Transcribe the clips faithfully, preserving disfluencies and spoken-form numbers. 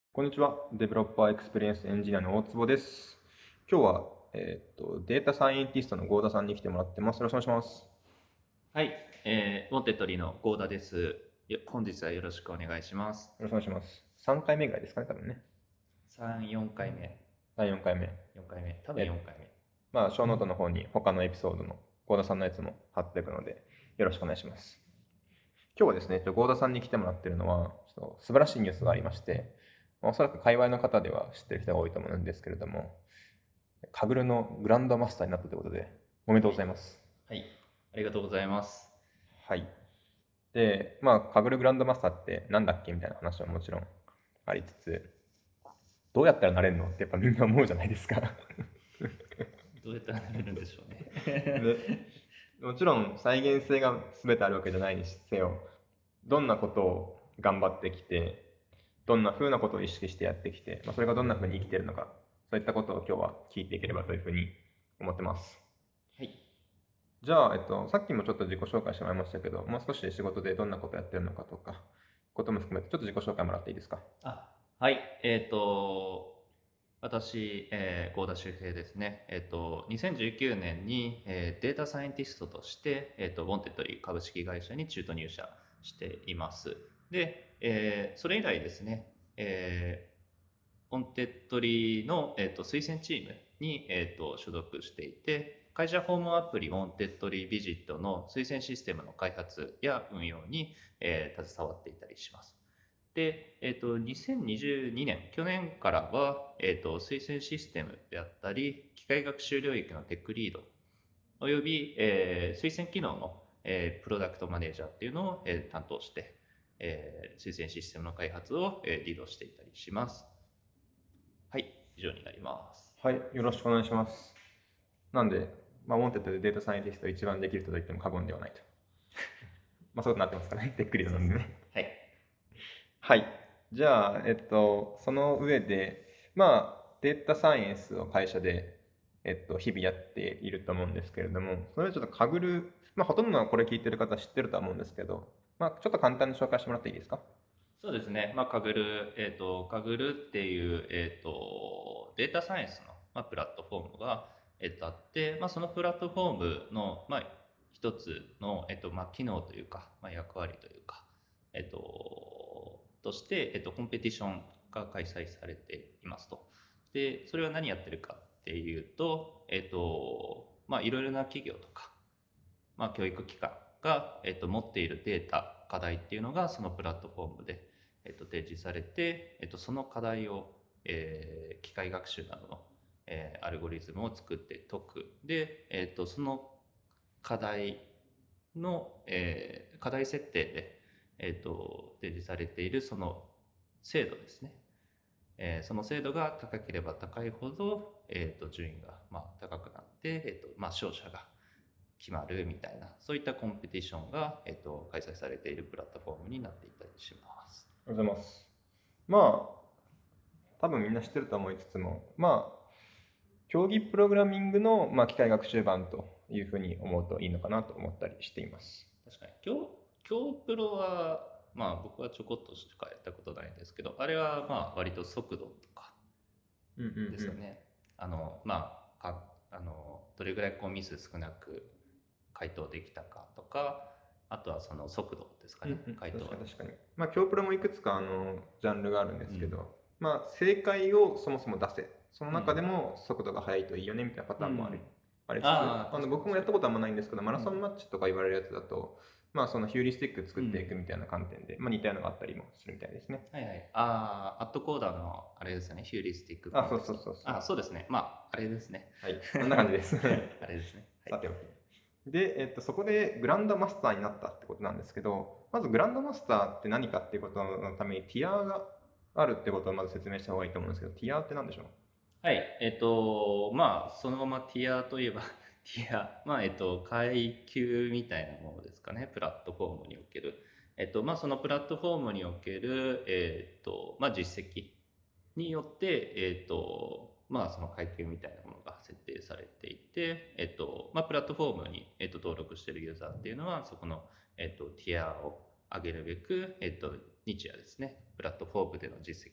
こんにちは。デベロッパーエクスペリエンスエンジニアの大坪です。今日は、えーっと、データサイエンティストの合田さんに来てもらってます。よろしくお願いします。 はい、えー、ウォンテッドリーの合田です。よ本日はよろしくお願いします。 よろしくお願いします。さんかいめぐらいですかね、多分ね。 さん、よんかいめ、 だいよんかいめ。 よんかいめ、多分え、 よんかいめ。 まあ、ショーノートの方に他のエピソードの合田さんのやつも貼っていくので、よろしくお願いします。今日はですね、ちょ合田さんに来てもらってるのは、ちょっと素晴らしいニュースがありまして、まあおそらく界隈の方では知ってる人が多いと思うんですけれども、カグルのグランドマスターになったということで、おめでとうはい、 ございます。 はい、ありがとうございます。 はい。で、まあ、カグルグランドマスターってなんだっけみたいな話はもちろんありつつ、どうやったらなれるのってやっぱみんな思うじゃないですか。 どうやったらなれるんでしょうね。 ね。 もちろん再現性が全てあるわけじゃないにせよ、どんなことを頑張ってきて、どんな風なことを意識してやってきて、まあ、それがどんな風に生きているのか、そういったことを今日は聞いていければというふうに思ってます。 はい、 じゃあ、えっと、さっきもちょっと自己紹介してもらいましたけど、もう少し仕事でどんなことやってるのかとか、ことも含めて、ちょっと自己紹介もらっていいですか。 あ、はい、えっ、と、私、えー、合田修平ですね。えっ、と、にせんじゅうきゅうねんに、えーデータサイエンティストとして、えっ、と、ウォンテッドリー株式会社に中途入社しています。で、えーそれ以来ですね、えーオンテッドリーの、えー、と推薦チームに、えー、と所属していて、会社訪問アプリオンテッドリービジットの推薦システムの開発や運用に、えー携わっていたりします。で、えー、とにせんにじゅうにねん、去年からは、えー、と推薦システムであったり、機械学習領域のテックリード、および、えー推薦機能の、えープロダクトマネージャーっていうのを、えー担当して、えー推薦システムの開発を、えーリードしていたりします。はい、以上になります。 はい、よろしくお願いします。なんで、まあ、ウォンテッドでデータサイエンティスト一番できる人と言っても過言ではないと。まあ、そういうことになってますからね。テックリードそうですね。 なんでね。 はい。 はい。じゃあ、えっと、その上で、まあ、データサイエンスを会社で、えっと、日々やっていると思うんですけれども、それをちょっとかぐる、まあ、ほとんどのこれ聞いてる方知ってるとは思うんですけど、まあ、ちょっと簡単に紹介してもらっていいですか。 そうですね。まあ、カグル、えっ、と、カグルっていう、えっ、と、データサイエンスの、まあ、プラットフォームが、えっ、と、あって、まあ、そのプラットフォームの、まあ、一つの、えっ、と、まあ、機能というか、まあ、役割というか、えっ、と、として、えっ、と、コンペティションが開催されていますと。で、それは何やってるかっていうと、えっ、と、まあ、いろいろな企業とか、まあ、教育機関が、えっと、持っているデータ、課題っていうのがそのプラットフォームで、えっと、提示されて、えっと、その課題を、えー機械学習などの、えーアルゴリズムを作って解く。で、えっと、その課題の、えー課題設定で、えっと、提示されているその精度ですね。えーその精度が高ければ高いほど、えーと、順位が、まあ、高くなって、えーとまあ、勝者が決まるみたいな、そういったコンペティションが、えっと、開催されているプラットフォームになっていたりします。 ありがとうございます。まあ、多分みんな知ってると思いつつも、まあ、競技プログラミングの、まあ、機械学習版というふうに思うといいのかなと思ったりしています。 確かに、今日、今日プロは、まあ僕はちょこっとしかやったことないんですけど、あれはまあ割と速度とかうんうんうん。 ですよね。あの、まあ、かあのどれぐらいこうミス少なく回答できたかとか、あとはその速度ですかね、 うんうん、 回答。 確かに確かに。まあ、京プロもいくつかあのジャンルがあるんでうん。 すけど、まあ、正解をそもそも出せ。そのうん。 中でも速度が速いといいよねみたいなパターンもあり、 うん。 ありつつ、 ああ、 あの確かに確かに。 僕もやったことはあんまないんですけど、マラソンうん。 マッチとか言われるやつだと、まあ、そのヒューリスティック作っていうん。 くみたいな観点で、まあ、似たようなのがあったりもするみたいですね。 はいはい。ああ、アットコーダーのあれですよね。ヒューリスティックあ、そうコンテスト。 そうそうそう。 あ、そうですね。まあ、あれですね。 はい、そんな感じです。 あれですね。はい。 さておき。で、えっと、そこでグランドマスターになったってことなんですけど、まずグランドマスターって何かっていうことのためにティアがあるってことをまず説明した方がいいと思うんですけど、ティアって何でしょう。 はい。えっと、まあ、そのままティアといえばティア、まあ、えっと、階級みたいなものですかね。プラットフォームにおける。えっと、まあ、そのプラットフォームにおける、えっと、まあ、実績によって、えっと、まあ、その階級みたいなものが設定されていて、えっと、まあ、プラットフォームに、えっと、登録しているユーザーっていうのは、そこの、えっと、ティアを上げるべく、えっと、日夜ですね、プラットフォームでの実績を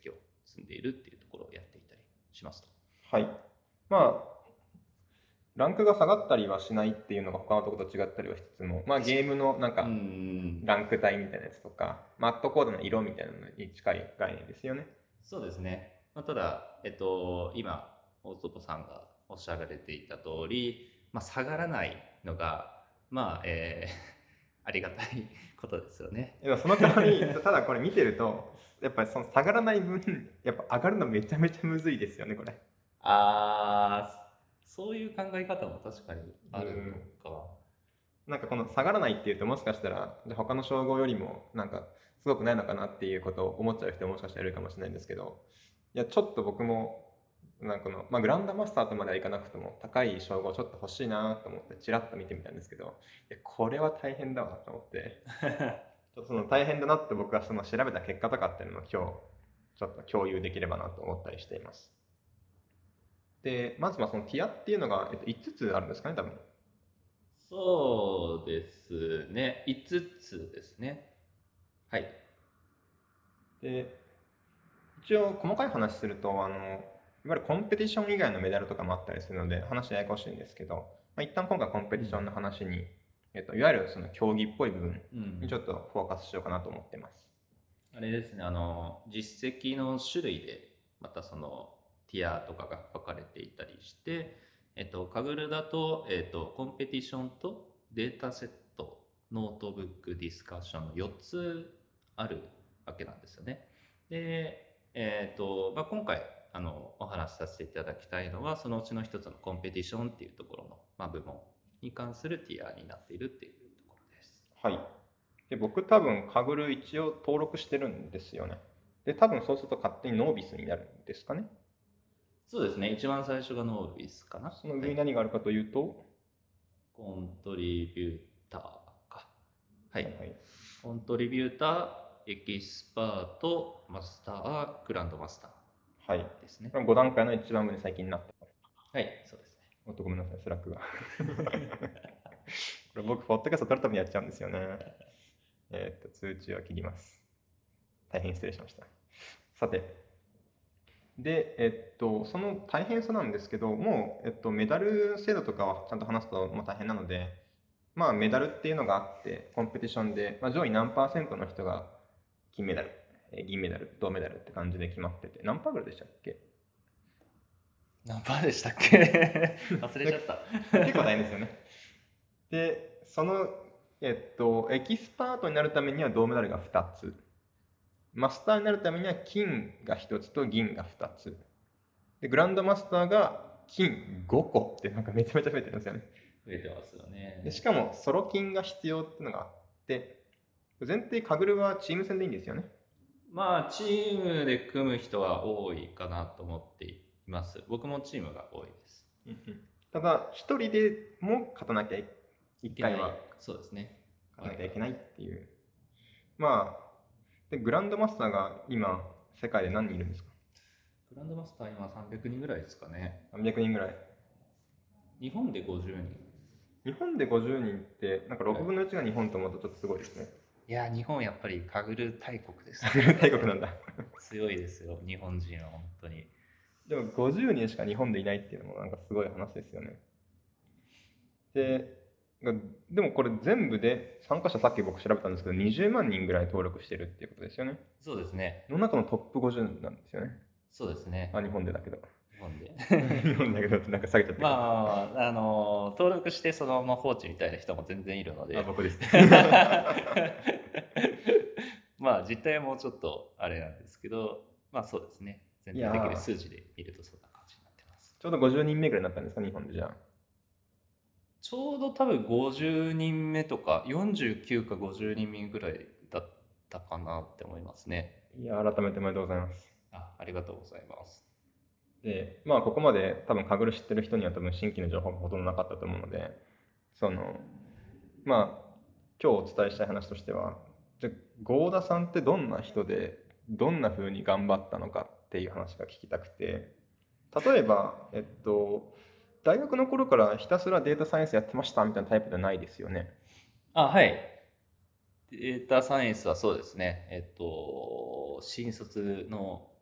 積んでいるっていうところをやっていたりしますと。 はい。まあ、ランクが下がったりはしないっていうのが他のところと違ったりはしつつも、まあゲームのなんうかん、 ランク帯みたいなやつとか、マットコードの色みたいなのに近い概念ですよね。 そうですね。まあ、ただ、えっと、今、大坪さんがおっしゃられていた通り、まあ、下がらないのが、まあ、えーありがたいことですよね。 でもその代わり、ただこれ見てると、やっぱりその下がらない分、やっぱ上がるのめちゃめちゃむずいですよね、これ。 ああ、そういう考え方も確かにあるうん。 のか。 なんかこの下がらないっていうと、もしかしたら、じゃあ他の称号よりも、なんか、すごくないのかなっていうことを思っちゃう人ももしかしたらいるかもしれないんですけど、いや、ちょっと僕も、なんかこの、まあ、グランドマスターとまではいかなくとも、高い称号ちょっと欲しいなと思って、ちらっと見てみたんですけど、いや、これは大変だわと思って、ちょっとその大変だなって僕はその調べた結果とかっていうのも今日、ちょっと共有できればなと思ったりしています。で、まずはそのティアっていうのが、えっと、いつつつあるんですかね、多分。 そうですね。いつつですね。はい。 で、一応細かい話すると、あの、いわゆるコンペティション以外のメダルとかもあったりするので、話ややこしいんですけど、まあ、一旦今回コンペティションの話に、えっと、いわゆるその競技っぽい部分うん。 にちょっとフォーカスしようかなと思ってます。 あれですね、あの、実績の種類で、またその、ティアとかが分かれていたりして、えっと、カグルだと、えっと、コンペティションとデータセット、ノートブック、ディスカッションのよっつあるわけなんですよね。で、えっと、まあ、今回、あの、お話しさせていただきたいのは、そのうちの一つのコンペティションっていうところの、まあ、部門に関するティアになっているっていうところです。 はい。で、僕多分カグル一応登録してるんですよね。で、多分そうすると勝手にノービスになるんですかね。 そうですね。一番最初がノービスかな。 その上にはい。 何があるかというと、 コントリビューターか。はい。 はいはい。 コントリビューター、エキスパート、マスター、グランドマスタはい。 ーですね。 これご段階の一番上に最近になった。 はい、そうですね。 おっと、ごめんなさい、スラックが。これ僕、ポッドキャスト撮るためにやっちゃうんですよね。えーっと、通知を切ります。大変失礼しました。さて、で、えっと、その大変さなんですけど、もう、えっと、メダル制度とかはちゃんと話すと、まあ、大変なので、まあ、メダルっていうのがあって、コンペティションで、まあ、上位何パーセントの人が金メダル、えー銀メダル、銅メダルって感じで決まってて、何パーぐらいでしたっけ？ 何パーでしたっけ？忘れちゃった。 結構大変ですよね。で、その、えっと、エキスパートになるためには銅メダルがふたつ。マスターになるためには金がひとつと銀がふたつ。で、グランドマスターが金ごこってなんかめちゃめちゃ増えてるんですよね。 増えてますよで、しね。 かもソロ金が必要っていうのがあって、前提カグルはチーム戦でいいんですよね。 まあ、チームで組む人は多いかなと思っています。僕もチームが多いです。 うんうん。ただ、一人でも勝たなきゃい、一いけない。 回はそうですね。 勝た場合がある。 なきゃいけないっていう。まあ、で、グランドマスターが今、世界で何人いるんですか？ グランドマスター今さんびゃくにんぐらいですかね。 さんびゃく 人ぐらい。 日本でごじゅうにん日本でごじゅうにんって、なんか6 ぐらい。 分のいちが日本と思うとちょっとすごいですね。 いや、日本やっぱりカグル大国ですか大らね。 国なんだ。 強いですよ、日本人は本当に。 でもごじゅうにんしか日本でいないっていうのもなんかすごい話ですよね。で、でもこれ全部で参加者さっき僕調べたんですけどにじゅうまん人ぐらい登録してるっていうことですよね。 そうですね。 の中のトップごじゅうなんですよね。 そうですね。 あ、日本でだけど。 日本で。 日本だけどってなんか下げちゃったけど。 まあ、あの、登録してそのまま放置みたいな人も全然いるのあ、 で。 僕です。 まあ、実態はもうちょっとあれなんですけど、まあそうですね。全い体的にやー、 数字で見るとそんな感じになってます。 ちょうどごじゅうにんめぐらいになったんですか、日本でじゃあ。 ちょうど多分ごじゅうにんめとか、よんじゅうきゅうかごじゅうにんめぐらいだったかなって思いますね。 いやー、改めておめでとうございます。 あ、ありがとうございます。 で、まあ、ここまで多分、カグル知ってる人には多分、新規の情報がほとんどなかったと思うので、その、まあ、今日お伝えしたい話としては、じゃあ、合田さんってどんな人で、どんな風に頑張ったのかっていう話が聞きたくて、例えば、えっと、大学の頃からひたすらデータサイエンスやってましたみたいなタイプじゃないですよね。 あ、はい。データサイエンスはそうですね。えっと、新卒の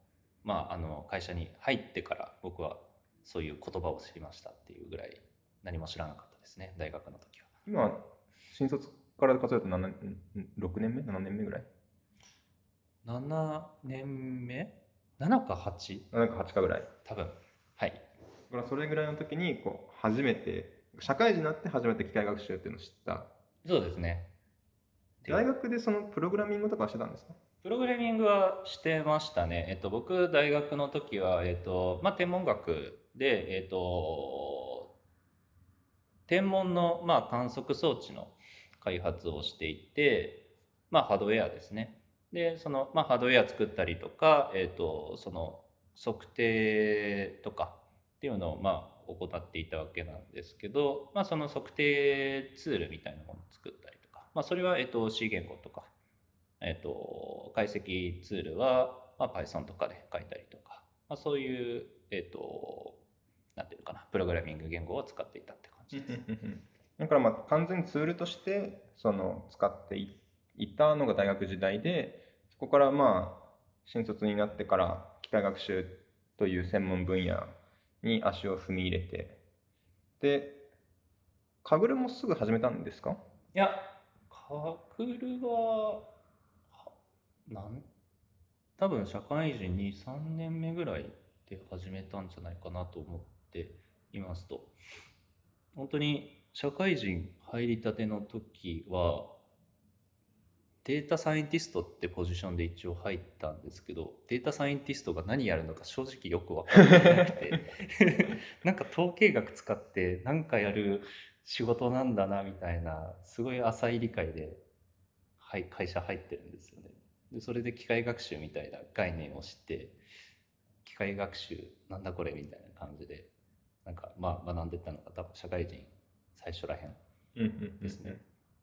まあ、あの会社に入ってから僕はそういう言葉を知りましたっていうぐらい何も知らなかったですね、大学の時は。 今、新卒から数えるとなな、ろくねんめ ?なな 年目ぐらい？ ななねんめ ?なな か はち？ なんかはちかぐらい。 多分。はい。 だからそれぐらいの時に、こう、初めて、社会人になって初めて機械学習っていうのを知った。 そうですね。で、 大学でそのプログラミングとかしてたんですか？ プログラミングはしてましたね。えっと、僕、大学の時は、えっと、まあ、天文学で、えっと、天文の、まあ、観測装置の開発をしていて、まあ、ハードウェアですね。で、その、まあ、ハードウェア作ったりとか、えっと、その測定とかっていうのを、まあ、行っていたわけなんですけど、まあ、その測定ツールみたいなものを作ったりとか、まあ、それは、えっと、C 言語とか、えっと、解析ツールは、まあ、Python とかで書いたりとか、まあ、そういう、えっと、なんていうのかな、プログラミング言語を使っていたって感じです。 だからまあ完全にツールとしてその使っていったのが大学時代で、そこからまあ新卒になってから機械学習という専門分野に足を踏み入れて、で、カグルもすぐ始めたんですか？ いや、カクルは、はなん、多分社会人に、さんねんめぐらいで始めたんじゃないかなと思っていますと。本当に社会人入りたての時は、データサイエンティストってポジションで一応入ったんですけど、データサイエンティストが何やるのか正直よく分かっていなくてなんか統計学使って何かやる仕事なんだなみたいな、すごい浅い理解で、はい、会社入ってるんですよね。で、それで機械学習みたいな概念を知って、機械学習なんだこれみたいな感じで、なんかまあ学んでったのが多分社会人最初らへんうんうんうんうん。 ですね。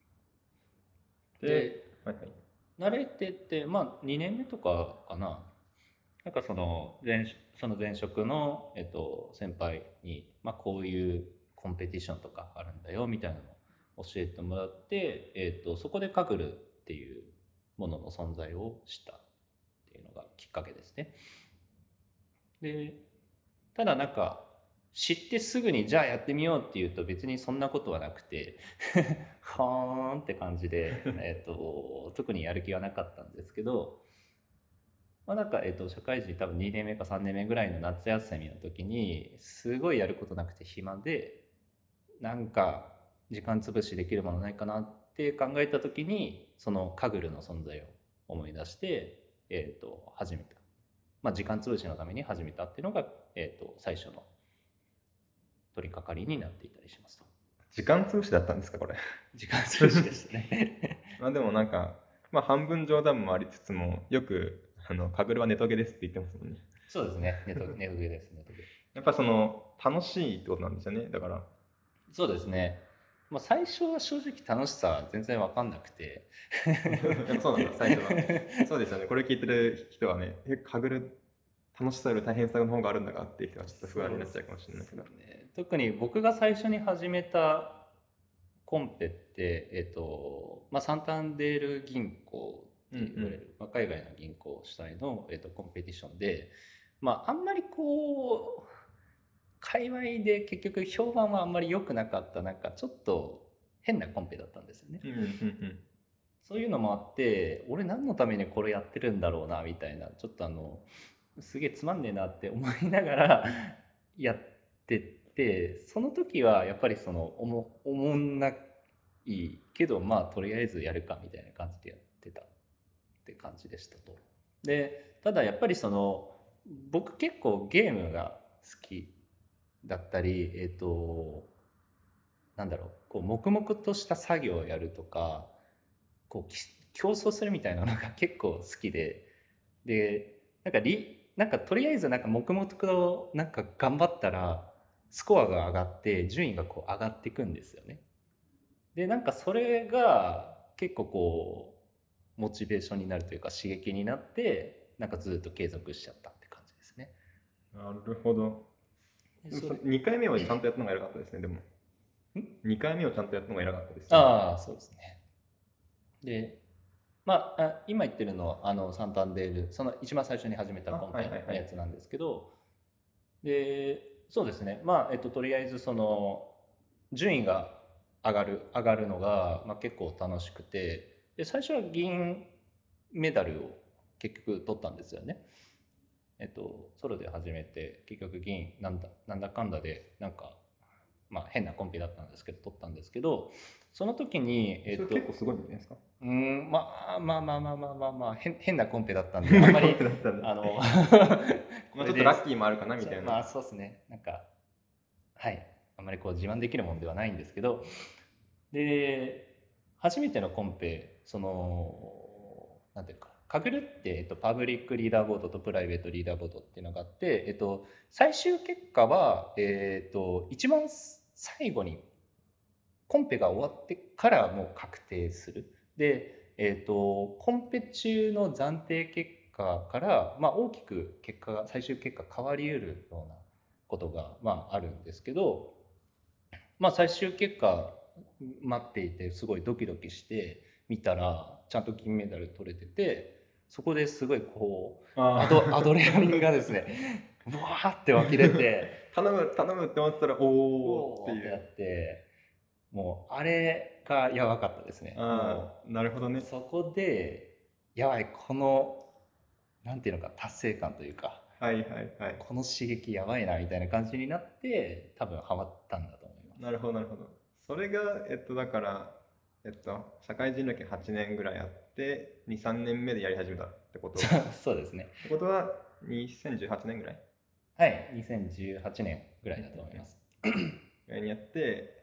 で、 で、 はいはい。 慣れてって、まあにねんめとかかな。なんかその前その前職の、えっと、先輩に、まあ、こういうコンペティションとかあるんだよみたいなのを教えてもらって、えっと、そこでカグルっていうものの存在を知ったっていうのがきっかけですね。で、ただなんか知ってすぐにじゃあやってみようっていうと別にそんなことはなくてはーんって感じで、えっと、特にやる気はなかったんですけど、まあ、なんか、えっと、社会人多分にねんめかさんねんめぐらいの夏休みの時に、すごいやることなくて暇で、なんか時間潰しできるものないかなって考えた時に、そのカグルの存在を思い出して、えっと、始めた。まあ、時間潰しのために始めたっていうのが、えっと、最初の取り掛かりになっていたりしますと。 時間潰しだったんですか、これ？ 時間潰しでしたねまあでもなんか、まあ半分冗談もありつつも、よく、あの、カグルはネトゲですって言ってますもんね。 そうですね。ネト、ネトゲです、ネトゲ。 やっぱその、楽しいってことなんですよね。だから。 そうですね。まあ、最初は正直楽しさは全然分かんなくてやっぱそうなんだ、最初は。そうですよね。これ聞いてる人はね、え、かぐる楽しさより大変さの方があるんだがっていう人はちょっと不安にそうでなっちゃうかもしれないけすど。 ね。特に僕が最初に始めたコンペって、えっと、まあ、サンタンデール銀行って言われうんる、まあ、海外の銀行主体の、えっと、コンペティションで、まあ、あんまりこう、界隈で結局評判はあんまり良くなかった、なんかちょっと変なコンペだったんですよね。 うん。うんうんうん。 そういうのもあって、俺何のためにこれやってるんだろうな、みたいな、ちょっとあの、すげえつまんねえなって思いながらやってって、その時はやっぱりその、おも、おもんないけど、まあ、とりあえずやるかみたいな感じでやってたって感じでしたと。で、ただやっぱりその、僕結構ゲームが好きだったり、えっと、なんだろう、こう、黙々とした作業をやるとか、こう競争するみたいなのが結構好きで、でなんかリなんかとりあえずなんか黙々となんか頑張ったらスコアが上がって順位がこう上がっていくんですよね。でなんかそれが結構こうモチベーションになるというか刺激になってなんかずっと継続しちゃったって感じですね。 なるほど。でもそでそれにかいめはちゃんとやったのが偉かったですね、でも。 んにかいめをちゃんとやったのが偉かったですね。 ああそうですね。でまあ、あ今言ってるのはあのサンタンデール、その一番最初に始めたあ、 コンペはいはいはい。 のやつなんですけど、で、そうですね、まあ、えっと、とりあえずその順位が上がる上がるのが、まあ、結構楽しくて、で最初は銀メダルを結局取ったんですよね。えっと、ソロで始めて結局銀なんだなんだかんだでなんか、まあ、変なコンペだったんですけど取ったんですけど、その時に、えっと、 それ結構すごいんじゃないですか？ うーん、まあまあまあまあまあまあまあ、変変なコンペだったんで、あん変なコンまり、 ペだったんだ。 あのまあちょっとこれで、 ラッキーもあるかなみたいな。 まあそうですね、なんか、はい、あんまりこう自慢できるものではないんですけど、で、初めてのコンペ、その、なんていうか、かぐるって、えっと、パブリックリーダーボードとプライベートリーダーボードっていうのがあって、えっと、最終結果は、えっと、一番最後にコンペが終わってからもう確定する。で、えっと、コンペ中の暫定結果から、まあ、大きく結果が、最終結果変わり得るようなことが、まあ、あるんですけど、まあ、最終結果待っていて、すごいドキドキして見たら、ちゃんと金メダル取れてて、そこですごいこう、アド、アドレナリンがですね、ブワーって湧き出て、 頼む、頼むって思ったら、 うおーっておーってなっいう。 て、もう、あれがやばかったですね。 あもあ、なるほどう、 ね。 そこで、やばい、この、なんていうのか、達成感というか、 はいはいはい。 この刺激やばいな、みたいな感じになって、多分ハマったんだと思います。 なるほどなるほど。それが、えっと、だから、えっと、社会人歴はちねんぐらいあって、に、さんねんめでやり始めたってこそと。 うそうですね。 ってことは、にせんじゅうはちねんぐらいはい、にせんじゅうはちねんぐらいだと思います。 ぐらいにやって、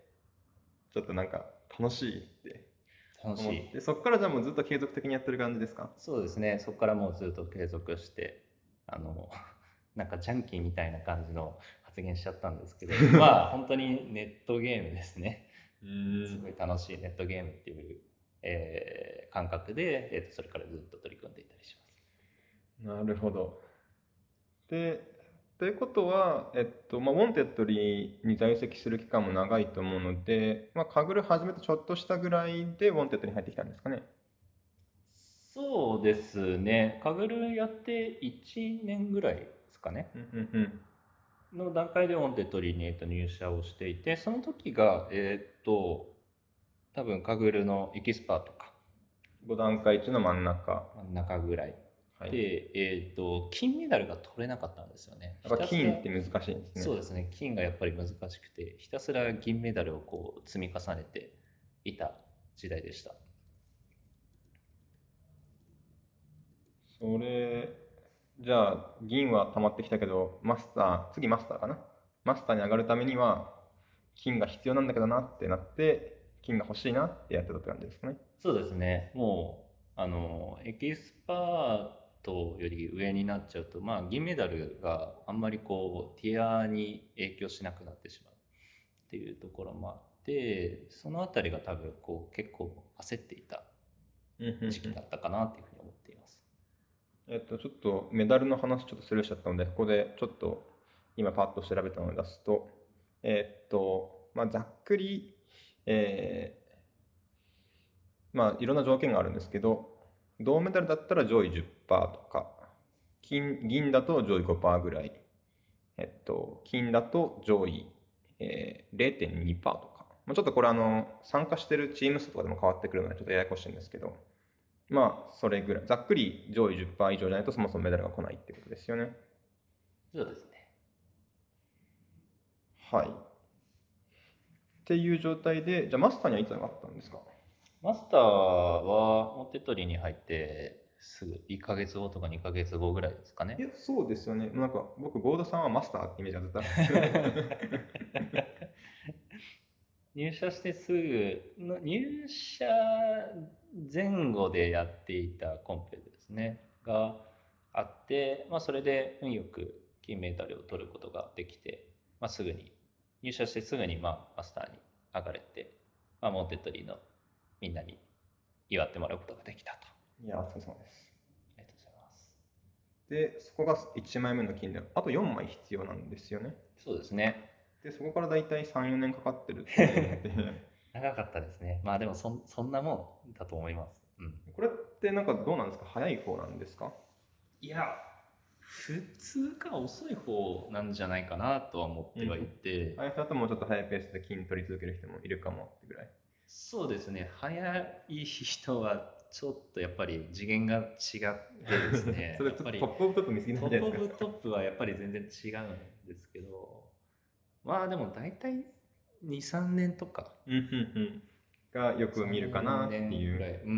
ちょっとなんか楽しいって楽しい。 思って、そこからじゃあもうずっと継続的にやってる感じですか？ そうですね、そこからもうずっと継続して、あの、なんかジャンキーみたいな感じの発言しちゃったんですけど、まあ本当にネットゲームですね。 うーん、 すごい楽しいネットゲームっていう、えー感覚で、えーと、それからずっと取り組んでいたりします。 なるほど。で、ということは、えっと、まあ、ウォンテッドリーに在籍する期間も長いと思うので、まあ、カグル始めてちょっとしたぐらいでウォンテッドに入ってきたんですかね。 そうですね、カグルやっていちねんぐらいですかね。 うんうんうん。 の段階でオンテッドリーにえーと入社をしていて、その時が、えっと、多分カグルのエキスパートか、 ご段階中の真ん中。 真ん中ぐらいはい。 で、えっと、金メダルが取れなかったんですよね。 やっぱひたすら、 金って難しいんですね。 そうですね、金がやっぱり難しくて、ひたすら銀メダルをこう積み重ねていた時代でした。 それ、じゃあ、銀は溜まってきたけど、マスター、次マスターかな。マスターに上がるためには、金が必要なんだけどなってなって、金が欲しいなってやってたって感じですかね。 そうですね、もう、あの、エキスパートより上になっちゃうと、まあ、銀メダルがあんまりこう、ティアに影響しなくなってしまうっていうところもあって、そのあたりが多分こう、結構焦っていたうんうんうん。 時期だったかなっていうふうに思っています。 えっと、ちょっとメダルの話ちょっとスルーしちゃったので、ここでちょっと今パッと調べたのを出すと、えっと、まあ、ざっくり、えーまあ、いろんな条件があるんですけど、銅メダルだったら上位じゅっパーセントとか、金、銀だと上位ごパーセントぐらい、えっと、金だと上位、えー、れいてんにパーセントとか。まあ、ちょっとこれあの、参加してるチーム数とかでも変わってくるので、ちょっとややこしいんですけど、まあ、それぐらい。ざっくり上位じゅっパーセント以上じゃないとそもそもメダルが来ないってことですよね。 そうですね。 はい。っていう状態で、じゃあマスターにはいつ上がったんですか？ マスターはモンテッドリーに入ってすぐいっかげつごとかにかげつごぐらいですかね。 いや、そうですよね。なんか僕、ゴードさんはマスターってイメージがずっとあるんですよね。 入社してすぐの入社前後でやっていたコンペですねがあって、まあ、それで運よく金メダルを取ることができて、まあ、すぐに入社してすぐにまあマスターに上がれて、まあ、モンテッドリーのみんなに祝ってもらうことができたと。 いや、お疲れ様です。 ありがとうございます。 で、そこがいちまいめの金で、あとよんまい必要なんですよね。 そうですね。 で、そこからだいたいさん、よねんかかってると思うので、 長かったですね。まあでもそんそんなもんだと思います。うん。 これっってなんかどうなんですか？早い方なんですか？ いや、普通か遅い方なんじゃないかなとは思ってはいうんうん。 て、 早さだともうちょっと早いペースで筋取り続ける人もいるかもってぐらい。 そうですね、早い人はちょっとやっぱり次元が違ってですね、 それちょっとトッやっぱりプオブトップ見すぎなんトップオじゃないですか。 ブトップはやっぱり全然違うんですけど、まあでも大体に、さんねんとか、 うんうんうん。がよく見るかなさんねっていう。 んぐらい、うんうん、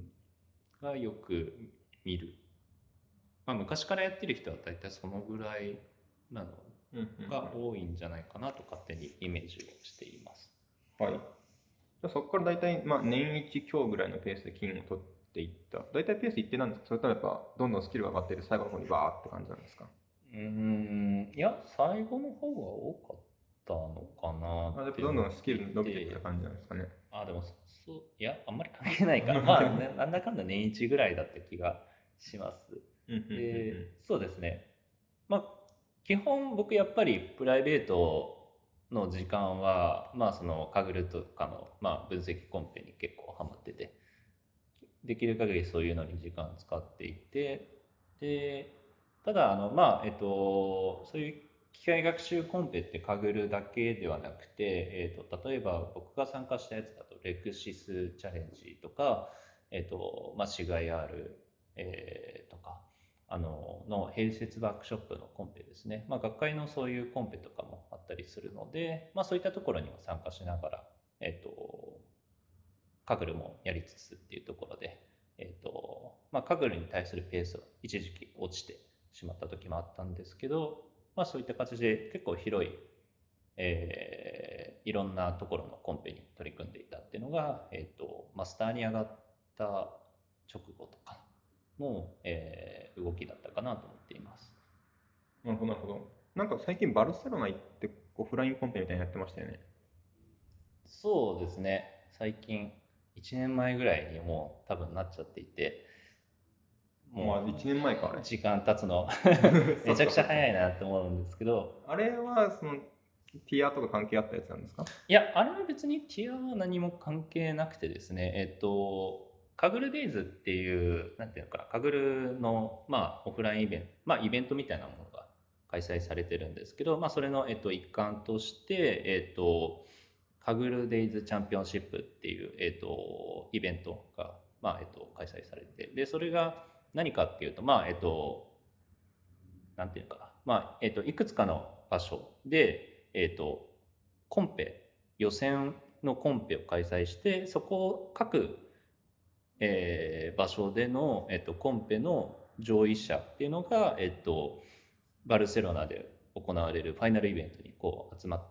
がよく見る。まあ昔からやってる人は大体そのぐらいなのうんうんが多いんじゃないかなと勝手にイメージをしています。 うん。はい。じゃあそこから大体、まあ、年一強ぐらいのペースで金を取っていった。大体ペース一定なんですか？それともやっぱどんどんスキルが上がっている最後の方にバーって感じなんですか？ うーん、いや、最後の方が多かったのかなあ、やっぱってどんどんスキ思っていル伸びていったて、 感じなんですかね。 あ、でもそ、そう、いや、あんまり関係ないあんまか。 り関係ない。 まあ、ね、なんだかんだ年一ぐらいだった気がします。 うんうんうんうん。 で、そうですね。まあ、基本僕やっぱりプライベートの時間は、まあそのカグルとかの、まあ、分析コンペに結構ハマってて、できる限りそういうのに時間使っていて、で、ただ、あの、まあ、えっと、そういう機械学習コンペってカグルだけではなくて、えっと、例えば僕が参加したやつだと、レクシスチャレンジとか、えっと、まあ、シガイ R、えーとか、あの、の併設ワークショップのコンペですね。まあ、学会のそういうコンペとかもあったりするので、まあ、そういったところにも参加しながら、えっと、カグルもやりつつっていうところで、えーとまあ、カグルに対するペースは一時期落ちてしまった時もあったんですけど、まあ、そういった形で結構広い、えーいろんなところのコンペに取り組んでいたっていうのが、えーとマスターに上がった直後とかの、えー動きだったかなと思っています。 なるほど、なるほど。なんか最近バルセロナ行ってオフラインコンペみたいなのやってましたよね。 そうですね、最近いちねんまえぐらいにもう多分なっちゃっていて、もまあいちねんまえか、あれ。 う時間経つのめちゃくちゃそっかそっか。 早いなって思うんですけど、 あれはそのティアとか関係あったやつなんですか？ いや、あれは別にティアは何も関係なくてですね、えっと、カグルデイズっていう、なんていうのかな、カグルの、まあ、オフラインイベント、まあ、イベントみたいなものが開催されてるんですけど、まあ、それの、えっと、一環として、えっと、カグルデイズチャンピオンシップっていう、えっと、イベントが、まあ、えっと、開催されて、で、それが何かっていうと、まあ、えっと、なんていうのかな、まあ、えっと、いくつかの場所で、えっと、コンペ、予選のコンペを開催して、そこを各、えー場所での、えっと、コンペの上位者っていうのが、えっと、バルセロナで行われるファイナルイベントにこう集まって、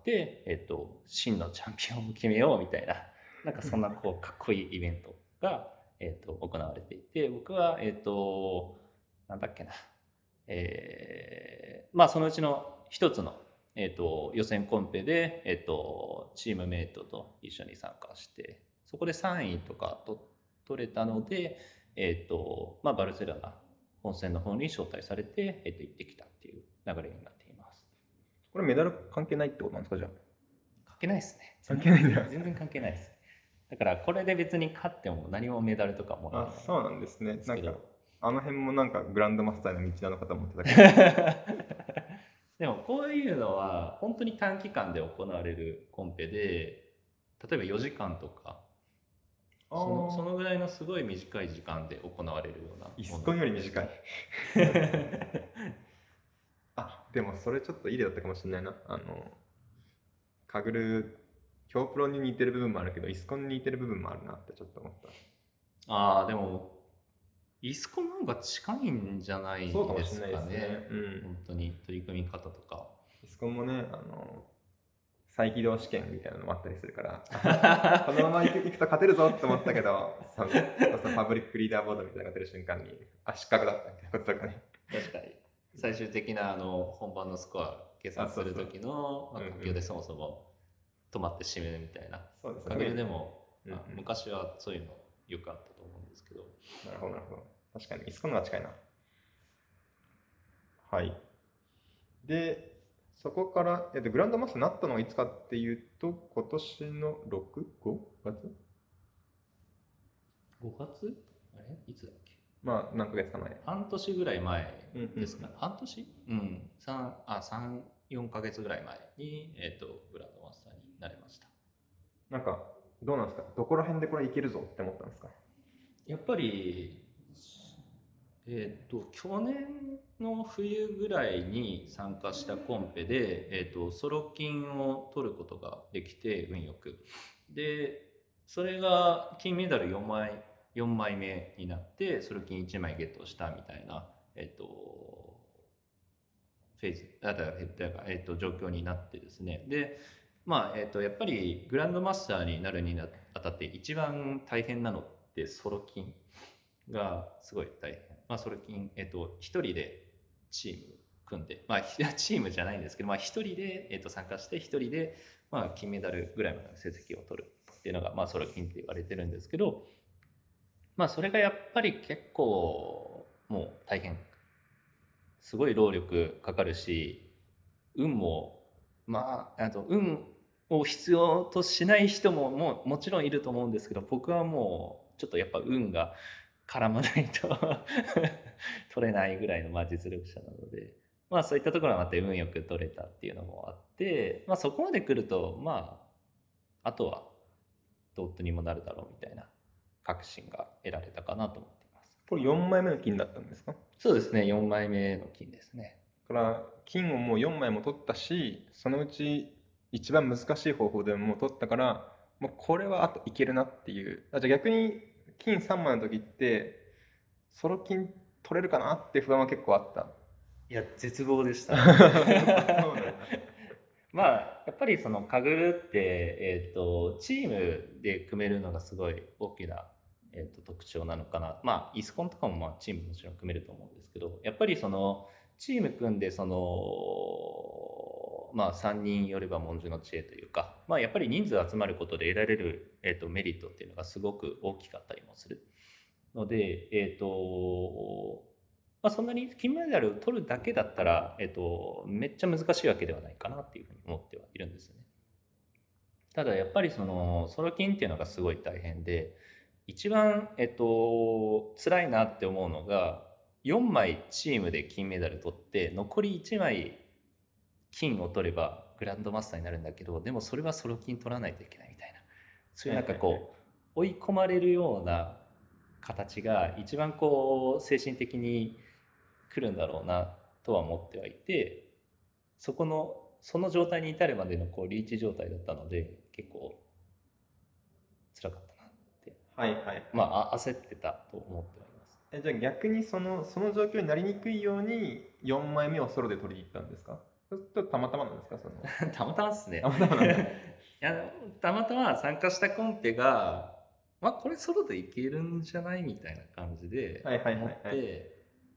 えっと、真のチャンピオンを決めようみたいな、なんかそんなこうかっこいいイベントが、えっと、行われていて、僕は、えっと、なんだっけな、えーまあ、そのうちの一つの、えー、と予選コンペで、えー、とチームメイトと一緒に参加して、そこでさんいとかと取れたので、えーとまあ、バルセロナ本戦の方に招待されて、えー、と行ってきたっていう流れになっています。 これメダル関係ないってことなんですか、じゃ関係ないですね。 あ。関全係ないんだ。 全然関係ないです。だからこれで別に勝っても何もメダルとかもらえあ、 ないそうなんですね。なんか、 ですけど、 あの辺もなんかグランドマスターの道なのかと思ってたけど。 でもこういうのは本当に短期間で行われるコンペで、例えばよじかんとか、 あそのそのあ、 ぐらいのすごい短い時間で行われるようなものイスコンより短い。 で。 あ、でもそれちょっといい例だったかもしれないな。あの、カグル、京プロに似てる部分もあるけど、イスコンに似てる部分もあるなってちょっと思った。 ああ、でも、イスコンの方が近いんじゃなそうかもしれいですないですね。 かね。 うん。 本当に取り組み方とか。 イスコンもね、あの、再起動試験みたいなのもあったりするから、このまま行く行くと勝てるぞって思ったけど、そのそのパブリックリーダーボードみたいなのが出る瞬間に、あ、失格だったみたいなこととかね。 確かに。最終的なあの本番のスコア計あ、 算すそうそう。 る時の、まあ、 うんうん。 環境でそもそも止まってしまうみたいな。 そうですね。 カグルでも、 うんうん。 まあ、昔はそういうのよくあったと思うんですけど。 なるほど、なるほど。確かに、イスコンの方が近いな。はい。で、そこから、えっと、グランドマスターになったのがいつかっていうと、今年の ろく?ご 月ごがつあれいつだっけ？ まあ、何ヶ月か前。 半年ぐらい前うんうんうん。 ですかね。半年うん。三あ、三よんかげつぐらい前に、えっ、と、グランドマスターになれました。 なんか、どうなんですか、どこら辺でこれいけるぞって思ったんですか？ やっぱり、えっ、と、去年の冬ぐらいに参加したコンペで、えっ、と、ソロ金を取ることができて、運よく。で、それが金メダルよんまい、よんまいめになって、ソロ金いちまいゲットしたみたいな、えっ、と、フェーズ、だから、だからえっと、状況になってですね。で、まあ、えっと、やっぱりグランドマスターになるにあたって一番大変なのってソロ金がすごい大変。まあ、ソロ金、えっと、一人でチーム組んで、まあ、チームじゃないんですけど、まあ、一人で、えっと、参加して、一人で、まあ、金メダルぐらいまでの成績を取るっていうのが、まあ、ソロ金って言われてるんですけど、まあ、それがやっぱり結構、もう大変。すごい労力かかるし、運も、まあ、あと運を必要としない人もももちろんいると思うんですけど、僕はもうちょっとやっぱ運が絡まないと取れないぐらいのまあ実力者なので、まあそういったところもあって運よく取れたっていうのもあって、まあそこまで来ると、まあ、あとはどうにもなるだろうみたいな確信が得られたかなと思っています。 これよんまいめの金だったんですか？ そうですね、よんまいめの金ですね。 だから、金をもうよんまいも取ったし、そのうち一番難しい方法でももう取ったから、もうこれはあといけるなっていう。あ、じゃあ逆に金さんまいの時って、ソロ金取れるかなって不安は結構あった。 いや、絶望でした。 やっぱそうなんだ。 まあ、やっぱりそのカグルって、えっと、チームで組めるのがすごい大きな、えっと、特徴なのかな。まあ、イスコンとかもまあチームもちろん組めると思うんですけど、やっぱりその、チーム組んで、その、まあ、さんにんよれば文殊の知恵というか、まあ、やっぱり人数集まることで得られる、えっと、メリットっていうのがすごく大きかったりもするので、えっと、まあ、そんなに金メダルを取るだけだったら、えっと、めっちゃ難しいわけではないかなっていうふうに思ってはいるんですよね。ただやっぱりそのソロ金っていうのがすごい大変で、一番、えっと、辛いなって思うのが、よんまいチームで金メダル取って、残りいちまい金を取ればグランドマスターになるんだけど、でもそれはソロ金取らないといけないみたいな。そういうなんかはいはいはい。 こう、追い込まれるような形が一番こう、精神的に来るんだろうなとは思ってはいて、そこのその状態に至るまでのこうリーチ状態だったので結構辛かったなって、 はいはいはい。 まああ焦ってたと思ってはいます。 え、じゃあ逆にその、その状況になりにくいようによんまいめをソロで取りに行ったんですか？ちょっとたまたまなんですかその。 たまたまっすね。 たまたまなんだ。 いや、たまたま参加したコンペが、まあこれソロでいけるんじゃないみたいな感じではいはいはい思っはい。 て、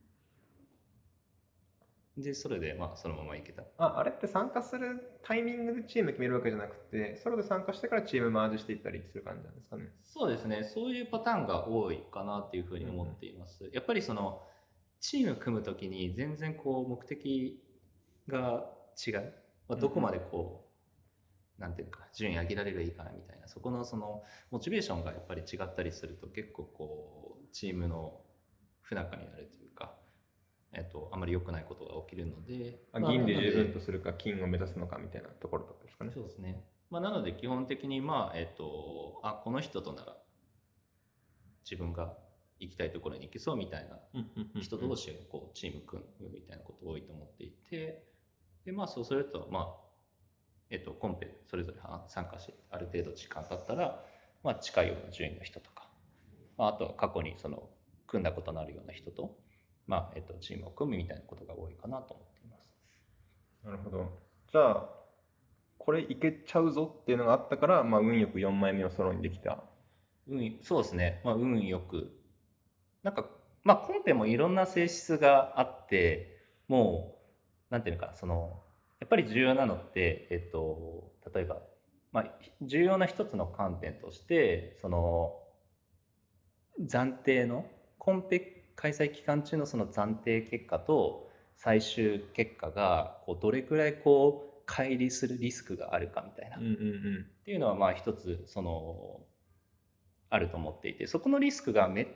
でそれでまあそのままいけた。 あ、あれって参加するタイミングでチーム決めるわけじゃなくて、ソロで参加してからチームマージしていったりする感じなんですかね。 そうですね、そういうパターンが多いかなっていうふうに思っうんうん。 ています。やっぱりそのチーム組むときに全然こう目的が違う、まあ、 うんうん。 どこまでこうなんていうか順位上げられればいいかなみたいな、そこのそのモチベーションがやっぱり違ったりすると結構こうチームの不仲になるというか、えっと、あまり良くないことが起きるので、 あ、 まあ、な銀で十分とのでするか、金を目指すのかみたいなところとかですかね。 そうですね、まあ、なので基本的にまあえっとあこの人となら自分が行きたいところに行けそうみたいなうんうんうんうん。 人同士がこうチーム組むみたいなこと多いと思っていて、でまあそうするとまあえっとコンペそれぞれ参加してある程度時間経ったら、まあ、近いような順位の人とか、まあ、あとは過去にその組んだことのあるような人と、まあえっとチームを組むみたいなことが多いかなと思っています。 なるほど。じゃあ、これいけちゃうぞっていうのがあったから、まあ、運よくよんまいめをソロにできた。 運そうですね、まあ、運よくなんか、まあ、コンペもいろんな性質があって、もう、なんていうのかな、その、やっぱり重要なのって、えっと、例えば、まあ、重要な一つの観点として、その、暫定の、コンペ開催期間中のその暫定結果と最終結果が、こう、どれくらいこう、乖離するリスクがあるかみたいな。っうんうんうん。 ていうのは、まあ、一つ、その、あると思っていて、そこのリスクがめっ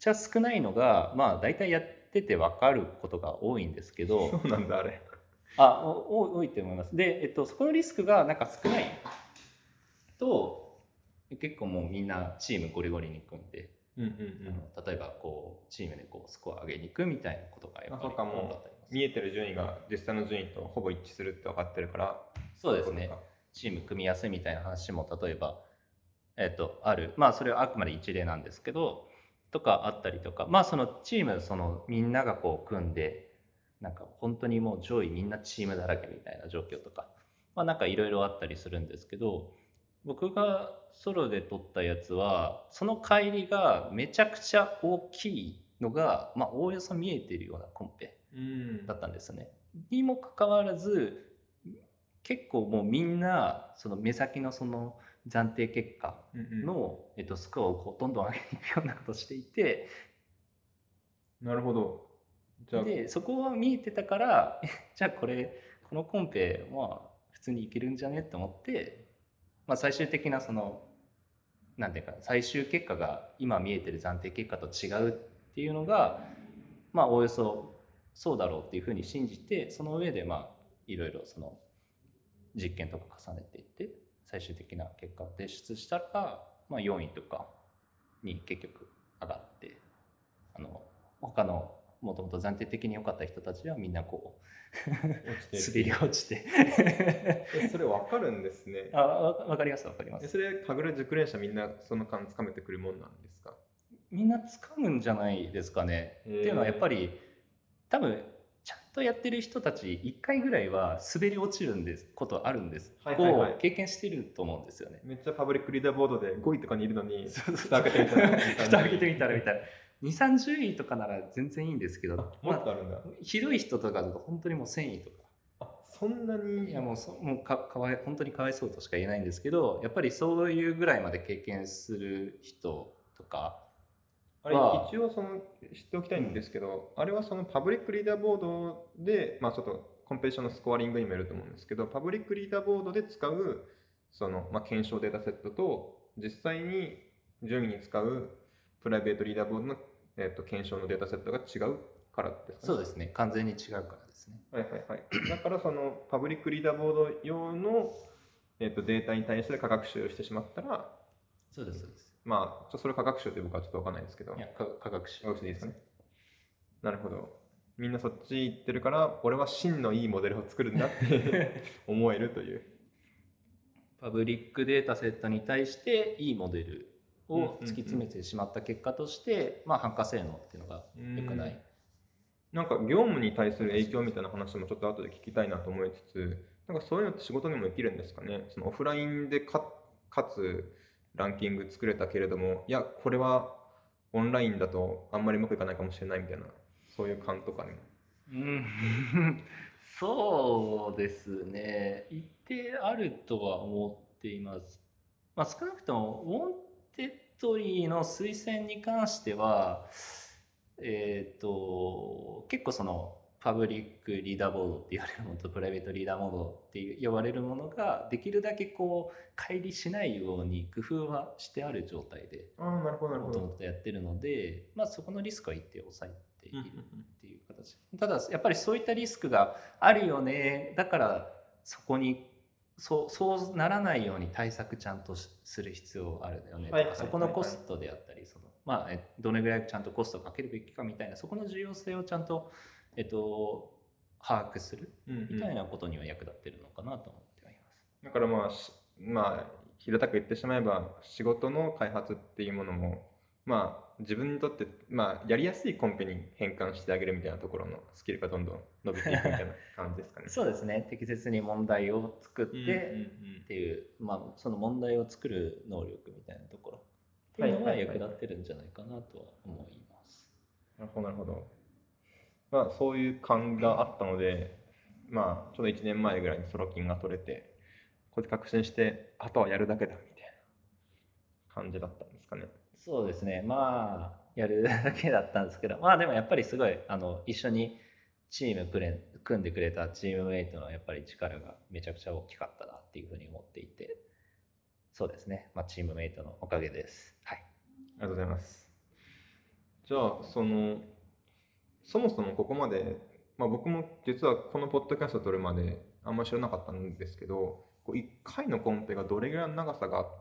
ちゃ少ないのが、まあ大体やってて分かることが多いんですけど、 そうなんだ、あれ。 あ、お多いと思います。で、えっと、そこのリスクがなんか少ないと、結構もうみんなチームゴリゴリに組んで、 うんうんうあん。 の例えばこうチームでこうスコア上げに行くみたいなことがやあ、 っぱりそうか、も多かったります。 う見えてる順位が実際の順位とほぼ一致するって分かってるから、 そうですね。 そういうことか。 チーム組みやすいみたいな話も例えば、えっと、ある。まあそれはあくまで一例なんですけど、とかあったりとか、まあそのチーム、そのみんながこう組んで、なんか本当にもう上位みんなチームだらけみたいな状況とか、まあなんかいろいろあったりするんですけど、僕がソロで撮ったやつは、その乖離がめちゃくちゃ大きいのが、まあおおよそ見えているようなコンペうん。 だったんですね。にもかかわらず、結構もうみんなその目先のその暫定結果うんうの、えっと、スコアをこうどんどん上げていくようなことをしていて、 ん。なるほど。じゃあ、 でそこは見えてたからじゃあこれこのコンペまあ普通にいけるんじゃねって思って、まあ、最終的なそのなんていうか最終結果が今見えてる暫定結果と違うっていうのがまあおおよそそうだろうっていうふうに信じて、その上でまあいろいろその実験とか重ねていって最終的な結果を提出したら、まあ、よんいとかに結局上がって、あの他のもともと暫定的に良かった人たちはみんなこう落ちてるって滑りいう。 落ちてえ、それ分かるんですね。 あわわかりますわかりまえ、 す。 それ、かぐる熟練者みんなその間つかめてくるもんなんですか？ みんな掴むんじゃないですかね。 へっていうのはやっぱえ。 り多分ちゃんとやってる人たちいっかいぐらいは滑り落ちるんですことあるんですはいはいはい。 を経験してると思うんですよね。 めっちゃパブリックリーダーボードでごいとかにいるのに、 そうそうそう。 蓋開けてみたらに、 蓋開けさんじゅうい。 てみたらみたいな。に、さんじゅういとかなら全然いいんですけど、 あ、もまあ、 っとあるんだ。 ひどい人とかだと本当にもうせんいとか。 あ、そんなに。 いやもうそもうかかわい本当にかわいそうとしか言えないんですけど、やっぱりそういうぐらいまで経験する人とかあれ、 は、 一応その、知っておきたいんでうん、 すけど、あれはそのパブリックリーダーボードで、まあちょっとコンペティションのスコアリングにもよると思うんですけど、パブリックリーダーボードで使う、その、まあ、検証データセットと、実際に順位に使うプライベートリーダーボードの、えっと、検証のデータセットが違うからですかね。 そうですね、完全に違うからですね。 はいはいはい。だからそのパブリックリーダーボード用の、えっと、データに対して価格集をしてしまったら、 そうですそうです。 まあ、ちょそれ価格集って僕はちょっとわかんないんですけど、 いやか科学習価格集でいいですかね。 ですね。 なるほど。みんなそっち行ってるから、俺は真のいいモデルを作るんだって思えるという。 パブリックデータセットに対していいモデルうんを突きうん詰めてしまった結果として、まあ、反価性能っていうのがうん。うーん。 良くないなんか業務に対する影響み形です。 たいな話もちょっと後で聞きたいなと思いつつ、なんかそういうのって仕事にも生きるんですかね。そのオフラインでか、かつランキング作れたけれども、いや、これはオンラインだとあんまりうまくいかないかもしれないみたいな、そういう感とかにも。 うん、そうですね。一定あるとは思っています。まあ、少なくとも、ウォンテッドリーの推薦に関しては、えっと、結構その、パブリックリーダーボードって言われるものとプライベートリーダーボードって呼ばれるものができるだけこう乖離しないように工夫はしてある状態でああ、なるほど、なるほど。 もともとやってるので、まあ、そこのリスクは一定抑えてうんうんいるっていう形。ただやっぱりそういったリスクがあるよね、だからそこにそうそうならないように対策ちゃんとする必要あるよねはいはいとか、そこのはいはい。 コストであったりその、まあ、えどれぐらいちゃんとコストをかけるべきかみたいな、そこの重要性をちゃんと、えっと、把握するうんうん。 みたいなことには役立ってるのかなと思ってはいます。 だからまあ、しまあ、平たく言ってしまえば、仕事の開発っていうものも、まあ、自分にとって、まあ、やりやすいコンペに変換してあげるみたいなところのスキルがどんどん伸びていくみたいな感じですかね。 そうですね。適切に問題を作っうんうんうん。 てっていう、まあ、その問題を作る能力みたいなところってはいいうのは役はいはいはい。 立ってるんじゃないかなとは思います。 なるほどなるほど。まあ、そういう感があったので、まあ、ちょうどいちねんまえぐらいにソロ金が取れて、これで確信して、あとはやるだけだみたいな感じだったんですかね。 そうですね。まあ、やるだけだったんですけど、まあでもやっぱりすごい、あの、一緒にチームくれ組んでくれたチームメイトのやっぱり力がめちゃくちゃ大きかったなっていうふうに思っていて、そうですね。まあチームメイトのおかげです。はい。 ありがとうございます。 じゃあ、その、そもそもここまで、まあ、僕も実はこのポッドキャストを撮るまであんまり知らなかったんですけど、こういっかいのコンペがどれぐらいの長さがあって、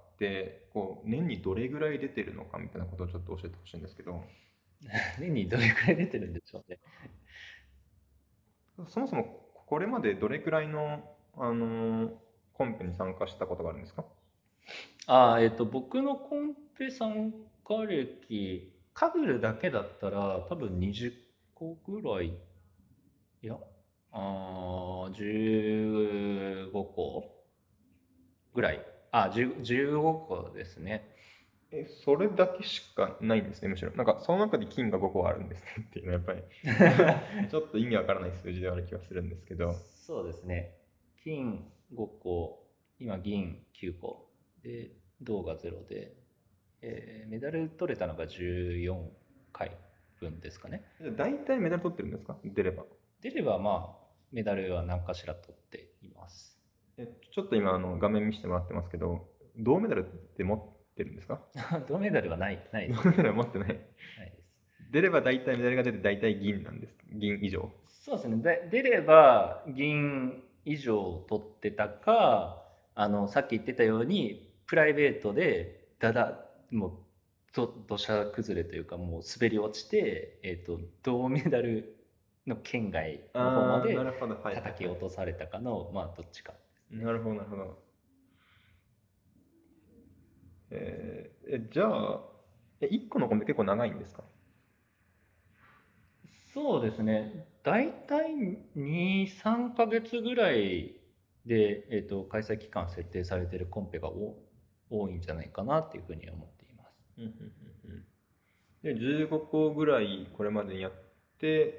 こう年にどれぐらい出てるのかみたいなことをちょっと教えてほしいんですけど、 年にどれくらい出てるんでしょうね。 そもそもこれまでどれくらいの、あのコンペに参加したことがあるんですか？ ああ、えっと、僕のコンペ参加歴、カグルだけだったら多分にじゅっこぐらい、いや、あーじゅうごこぐらい。あ、じゅう、じゅうごこですね。 え、それだけしかないんですね、むしろ。なんか、その中で金がごこあるんですねっていうのはやっぱりちょっと意味わからない数字ではある気がするんですけど。 そうですね。金ごこ、今銀きゅうこ、で、銅がゼロで、えーメダル取れたのがじゅうよんかいぶんですかね。 じゃあ大体メダル取ってるんですか、出れば？ 出ればまあ、メダルは何かしら取っています。 え、ちょっと今あの画面見せてもらってますけど、銅メダルって持ってるんですか？ 銅メダルはない、ないですね。 銅メダルは持ってない。 ないです。 出れば大体メダルが出て大体銀なんです。銀以上。 そうですね。で、出れば銀以上取ってたか、あの、さっき言ってたように、プライベートで、だだ、もう、ど土砂崩れというか、もう滑り落ちて、えっと、銅メダルの圏外の方まあー、なるでほど。はいはい叩きはい。 落とされたかの、まあ、どっちかですね。 なるほど、なるほど。えーえ、じゃあ、え、いっこのコンペ結構長いんですか？ そうですね。大体に、さんかげつぐらいで、えっと、開催期間設定されているコンペがお多いんじゃないかなっていうふうに思っています。 うんうんうんうん。で、じゅうごこぐらいこれまでにやって、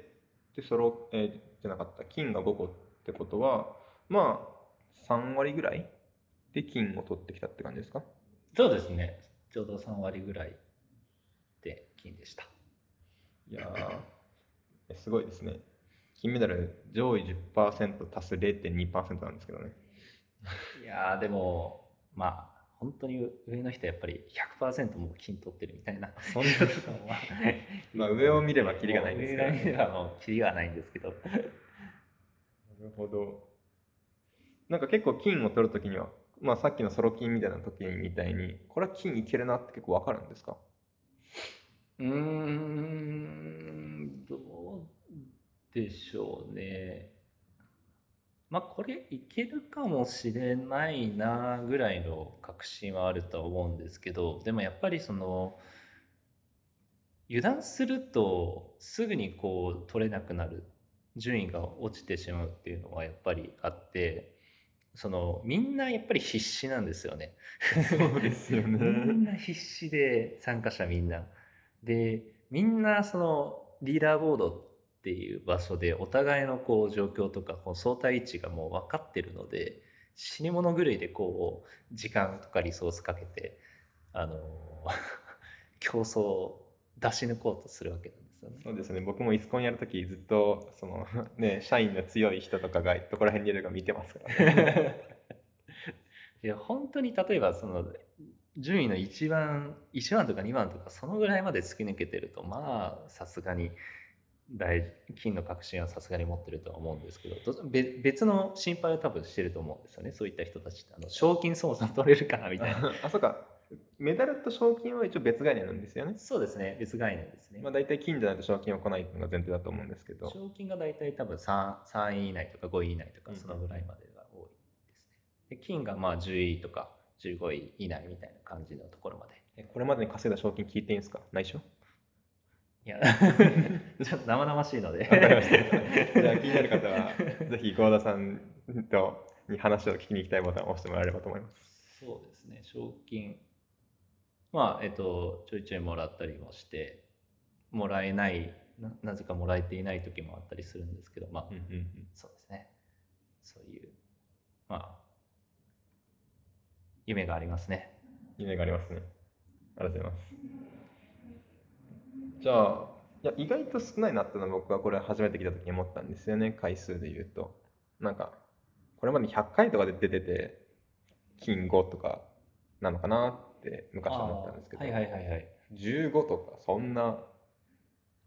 で、その、えーじゃなかった、金がごこってことは、まあ、さん割ぐらいで金を取ってきたって感じですか？ そうですね。ちょうどさん割ぐらいで金でした。 いやー、すごいですね。金メダル上位じゅっパーセント足すれいてんにパーセントなんですけどね。 いやー、でも、まあ、本当に上の人はやっぱりひゃくパーセントもう金取ってるみたいなそんな人とかもまあいまあると上を見れば思うんで、 キリがないですもう上がからね。 見ればもうキリがないんですけど。 なるほど。なんか結構金を取るときには、まあさっきのソロ金みたいな時みたいに、これは金いけるなって結構わかるんですか？ うーん、どうでしょうね。まあ、これいけるかもしれないなぐらいの確信はあるとは思うんですけど、でもやっぱりその、油断するとすぐにこう取れなくなる、順位が落ちてしまうっていうのはやっぱりあって、そのみんなやっぱり必死なんですよね。 そうですよみね。 んな必死で、参加者みんな。で、みんなそのリーダーボードっていう場所でお互いのこう状況とかこう相対位置がもう分かってるので、死に物狂いでこう時間とかリソースかけて、あの競争を出し抜こうとするわけなんですよね。 そうですね。僕もイスコンやるときずっと、そのね、社員の強い人とかがどこら辺にいるか見てますからね。 いや本当に例えばその順位のいちばんいちばんとかにばんとかそのぐらいまで突き抜けてると、まあさすがに大金の確信はさすがに持ってるとは思うんですけど、どべ別の心配を多分してると思うんですよね、そういった人たちって。あの賞金そもそも取れるかなみたいな。 あ、あそうか。メダルと賞金は一応別概念なんですよね。 そうですね、別概念ですね。 まあ大体金じゃないと賞金は来ないのが前提だと思うんですけど。 賞金が大体多分 3, さんい以内とかごい以内とかうんうんそのぐらいまでが多いですね。で金がまあじゅういとかじゅうごい以内みたいな感じのところまで。 え、これまでに稼いだ賞金聞いていいんですか？内緒？ いやちょっと生々しいのでわかりました。じゃあ気になる方は、ぜひ合田さんとに話を聞きに行きたいボタンを押してもらえればと思います。 そうですね、賞金、まあえっとちょいちょいもらったりもして、もらえないな、なぜかもらえていない時もあったりするんですけど、まあうんうんうん。 そうですね、そういうまあ夢がありますね。 夢がありますね。ありがとうございます。じゃあ、いや、意外と少ないなってのは僕はこれ初めて来た時に思ったんですよね、回数で言うと。なんか、これまでひゃっかいとかで出てて、金ごとかなのかなって昔は思ったんああ、はいですけど、 はいはいはい。 じゅうごとかそんな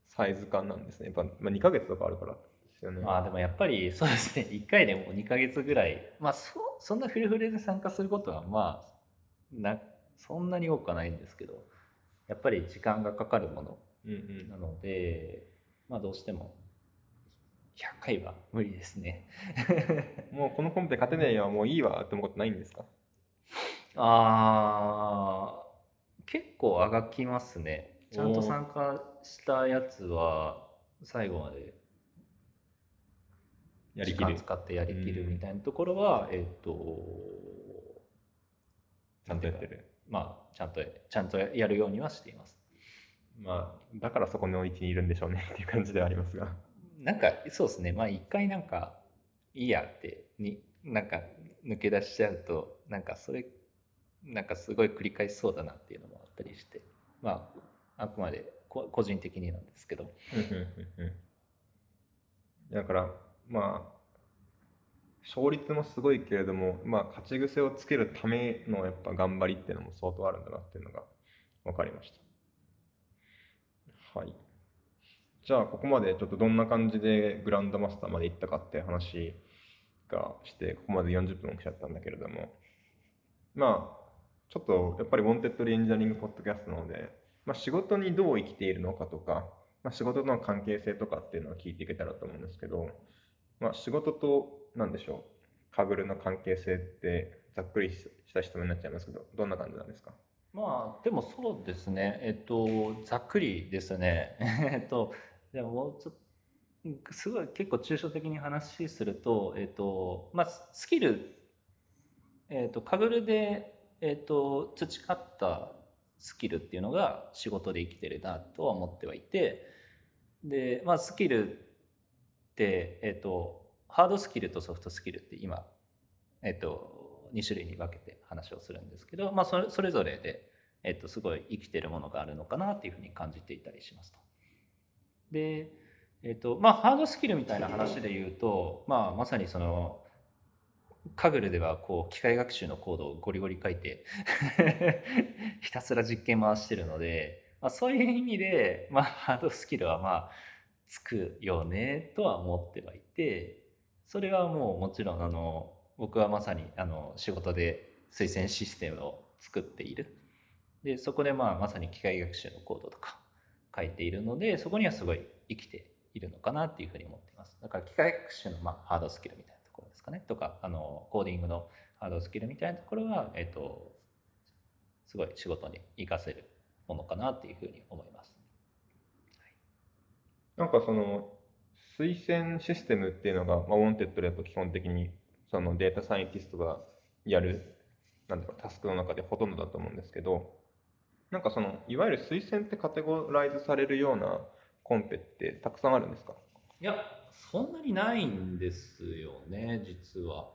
サイズ感なんですね。やっぱ、まあ、にかげつとかあるからですよね。 まあでもやっぱりそうですね、いっかいでもにかげつぐらい、まあそ、そんなフルフルで参加することはまあ、な、そんなに多くはないんですけど、やっぱり時間がかかるものうんうん。 なので、まあどうしてもひゃっかいは無理ですね。 もうこのコンペ勝てねえよ、もういいわって思うことないんですか？ ああ、結構あがきますね。ちゃんとおお、 参加したやつは最後まで時間やりきる。 使ってやうりきるみん、 たいなところは、えっと、 ちゃなんていうか、 んとやってる。 まあ、ちゃんと、ちゃんとやるようにはしています。 まあ、だからそこの位置にいるんでしょうねっていう感じではありますが。 なんか、そうですね。まあ、一回なんか、いいやって、に、なんか、抜け出しちゃうと、なんか、それ、なんかすごい繰り返しそうだなっていうのもあったりして、まあ、あくまでこ個人的になんですけど。 うんうんうんうん。だから、まあ、勝率もすごいけれども、まあ、勝ち癖をつけるためのやっぱ頑張りっていうのも相当あるんだなっていうのが分かりました。はい。じゃあ、ここまでちょっとどんな感じでグランドマスターまで行ったかって話がして、ここまでよんじゅっぷん来ちゃったんだけれども、まあ、ちょっとやっぱりウォンテッドリーエンジニアリングポッドキャストなので、まあ、仕事にどう生きているのかとか、まあ、仕事との関係性とかっていうのを聞いていけたらと思うんですけど、まあ、仕事と、なんでしょう、カグルの関係性ってざっくりした質問になっちゃいますけど、どんな感じなんですか？ まあ、でもそうですね。えっと、ざっくりですね。えっと、でももうちょっと、すごい結構抽象的に話すると、えっと、まあ、ススキル、えっと、カグルで、えっと、培ったスキルっていうのが仕事で生きてるなとは思ってはいて、で、まあ、スキルって、えっと、ハードスキルとソフトスキルって今、えっと、に種類に分けて話をするんですけど、まあ、それそれぞれで、えっと、すごい生きてるものがあるのかなっていうふうに感じていたりしますと。で、えっと、まあ、ハードスキルみたいな話で言うと、まあ、まさにその、カグルではこう機械学習のコードをゴリゴリ書いてひたすら実験回してるので、まあ、そういう意味で、まあ、ハードスキルはまあつくよねとは思ってはいて、それはもうもちろんあの僕はまさにあの仕事で推薦システムを作っている。でそこでまあまさに機械学習のコードとか書いているので、そこにはすごい生きているのかなっていうふうに思っています。だから機械学習のまあハードスキルみたいなところですかね、とかあのコーディングのハードスキルみたいなところは、えっと、すごい仕事に活かせるものかなっていうふうに思います。 なんかその、推薦システムっていうのが、まあ、ウォンテッドでやっぱ基本的にそのデータサイエンティストがやる、なんだろう、タスクの中でほとんどだと思うんですけど、なんかその、いわゆる推薦ってカテゴライズされるようなコンペってたくさんあるんですか？ いや、そんなにないんですよね、実は。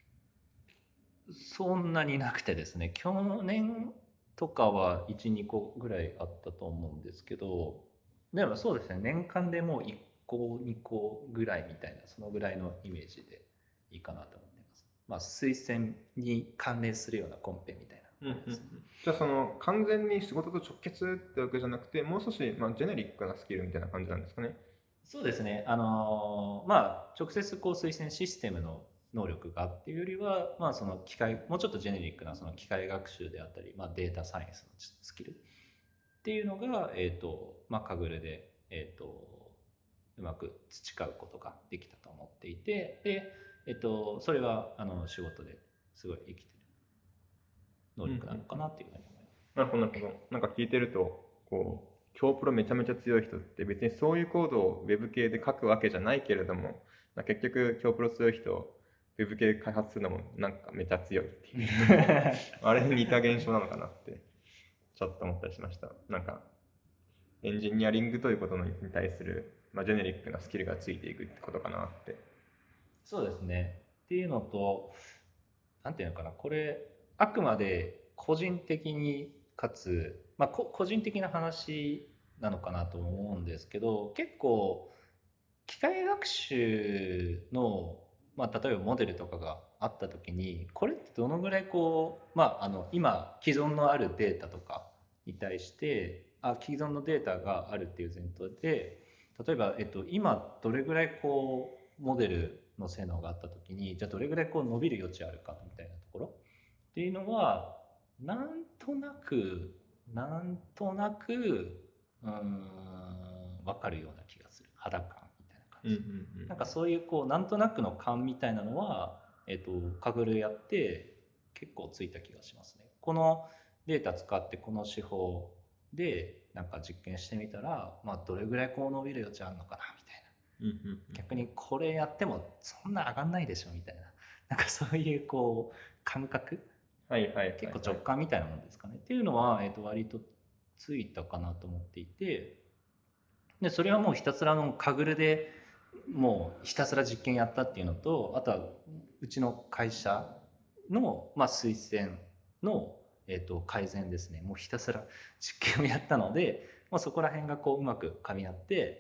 そんなになくてですね、去年とかはいち、にこぐらいあったと思うんですけど、でもそうですね、年間でもういっこ、にこぐらいみたいな、そのぐらいのイメージでいいかなと思っています。まあ、推薦に関連するようなコンペみたいなうんうんうん。 ものですね。 じゃあその、完全に仕事と直結ってわけじゃなくて、もう少し、まあ、ジェネリックなスキルみたいな感じなんですかね。 そうですね。あのーまあ、直接こう推薦システムの能力がっていうよりは、まあ、その機械、もうちょっとジェネリックなその機械学習であったり、まあ、データサイエンスのスキルっていうのが、えっと、まあ、カグルで、えっと、うまく培うことができたと思っていて、で、えっと、それは、あの、仕事ですごい生きてる能うんうん力なのかうん。 なっていうふうに思います。 なるほど、なるほど。なんか聞いてると、こう、強プロめちゃめちゃ強い人って別にそういうコードを Web 系で書くわけじゃないけれども、まあ、結局強プロ強い人、Web 系開発するのもなんかめちゃ強いっていうあれに似た現象なのかなってちょっと思ったりしました。なんかエンジニアリングということに対する、まあ、ジェネリックなスキルがついていくってことかなって。 そうですね。っていうのと、なんていうのかな、これ、あくまで個人的にかつ、まあ、こ個人的な話なのかなと思うんですけど、結構、機械学習の、まあ、例えばモデルとかがあった時に、これってどのぐらいこう、まあ、あの今既存のあるデータとかに対して、あ、既存のデータがあるっていう前提で、 例えば、えっと、今どれぐらいこうモデルの性能があった時に、じゃあどれぐらいこう伸びる余地あるかみたいなところっていうのは、なんとなくなんとなくうーん分かるような気がする。肌感みたいな感うんうんじ。なんかそういうこうなんとなくの感みたいなのは、えっと、カグルやって結構ついた気がしますね。このデータ使ってこの手法でなんか実験してみたら、まあ、どれぐらいこう伸びる余地あるのかなみたいな。 うんうんうんうん。 逆にこれやってもそんな上がんないでしょみたいな。なんかそういうこう感覚、 はいはいはいはい。 結構直感みたいなもんですかね。っていうのは、えっと、割とついたかなと思っていて、でそれはもうひたすらのカグルでもうひたすら実験やったっていうのと、あとはうちの会社の、まあ、推薦の、えー、と改善ですね。もうひたすら実験をやったので、まあ、そこら辺がこううまく噛み合って、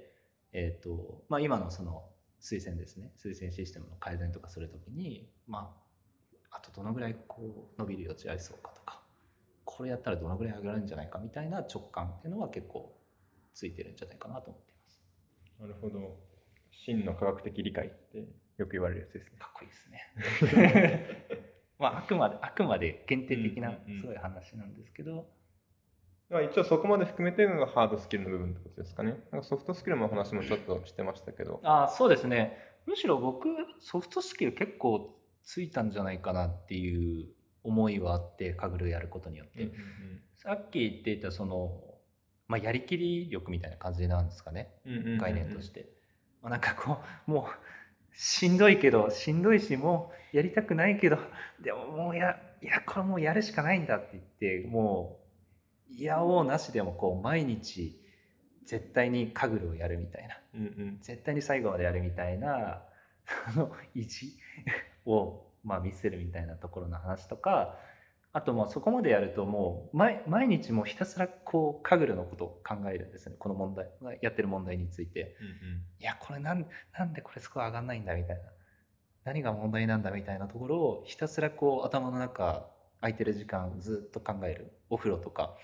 えーとまあ、今のその推薦ですね、推薦システムの改善とかするときに、まあ、あとどのぐらいこう伸びる余地ありそうかとか、これやったらどのぐらい上がるんじゃないかみたいな直感っていうのは結構ついてるんじゃないかなと思っています。 なるほど。真の科学的理解ってよく言われるやつですね。 かっこいいですね。まあ、あくまで、あくまで限定的なうんうんうんすごい話なんですけど、 まあ一応そこまで含めてのがハードスキルの部分ってことですかね。なんかソフトスキルの話もちょっとしてましたけど。 あ、そうですね。むしろ僕、ソフトスキル結構ついたんじゃないかなっていう思いはあって、カグルやることによっうんうんて。さっき言っていた、その、まあ、やりきり力みたいな感じなんですかね。 うん。うんうんうんうん。 概念として。まあ、なんかこう、もう、しんどいけど、しんどいし、もうやりたくないけど、でももうや、いや、これもうやるしかないんだって言って、もう、いやおうなしでもこう、毎日、絶対にカグルをやるみたいな。 うんうん。 絶対に最後までやるみたいな、あの、意地を、まあ、見せるみたいなところの話とか、あともうそこまでやるともう毎毎日もうひたすらこうカグルのことを考えるんですね。この問題、やってる問題について。 うんうん。 いや、これなん、なんでこれスコア上がんないんだみたいな。何が問題なんだみたいなところをひたすらこう頭の中空いてる時間ずっと考える。お風呂とか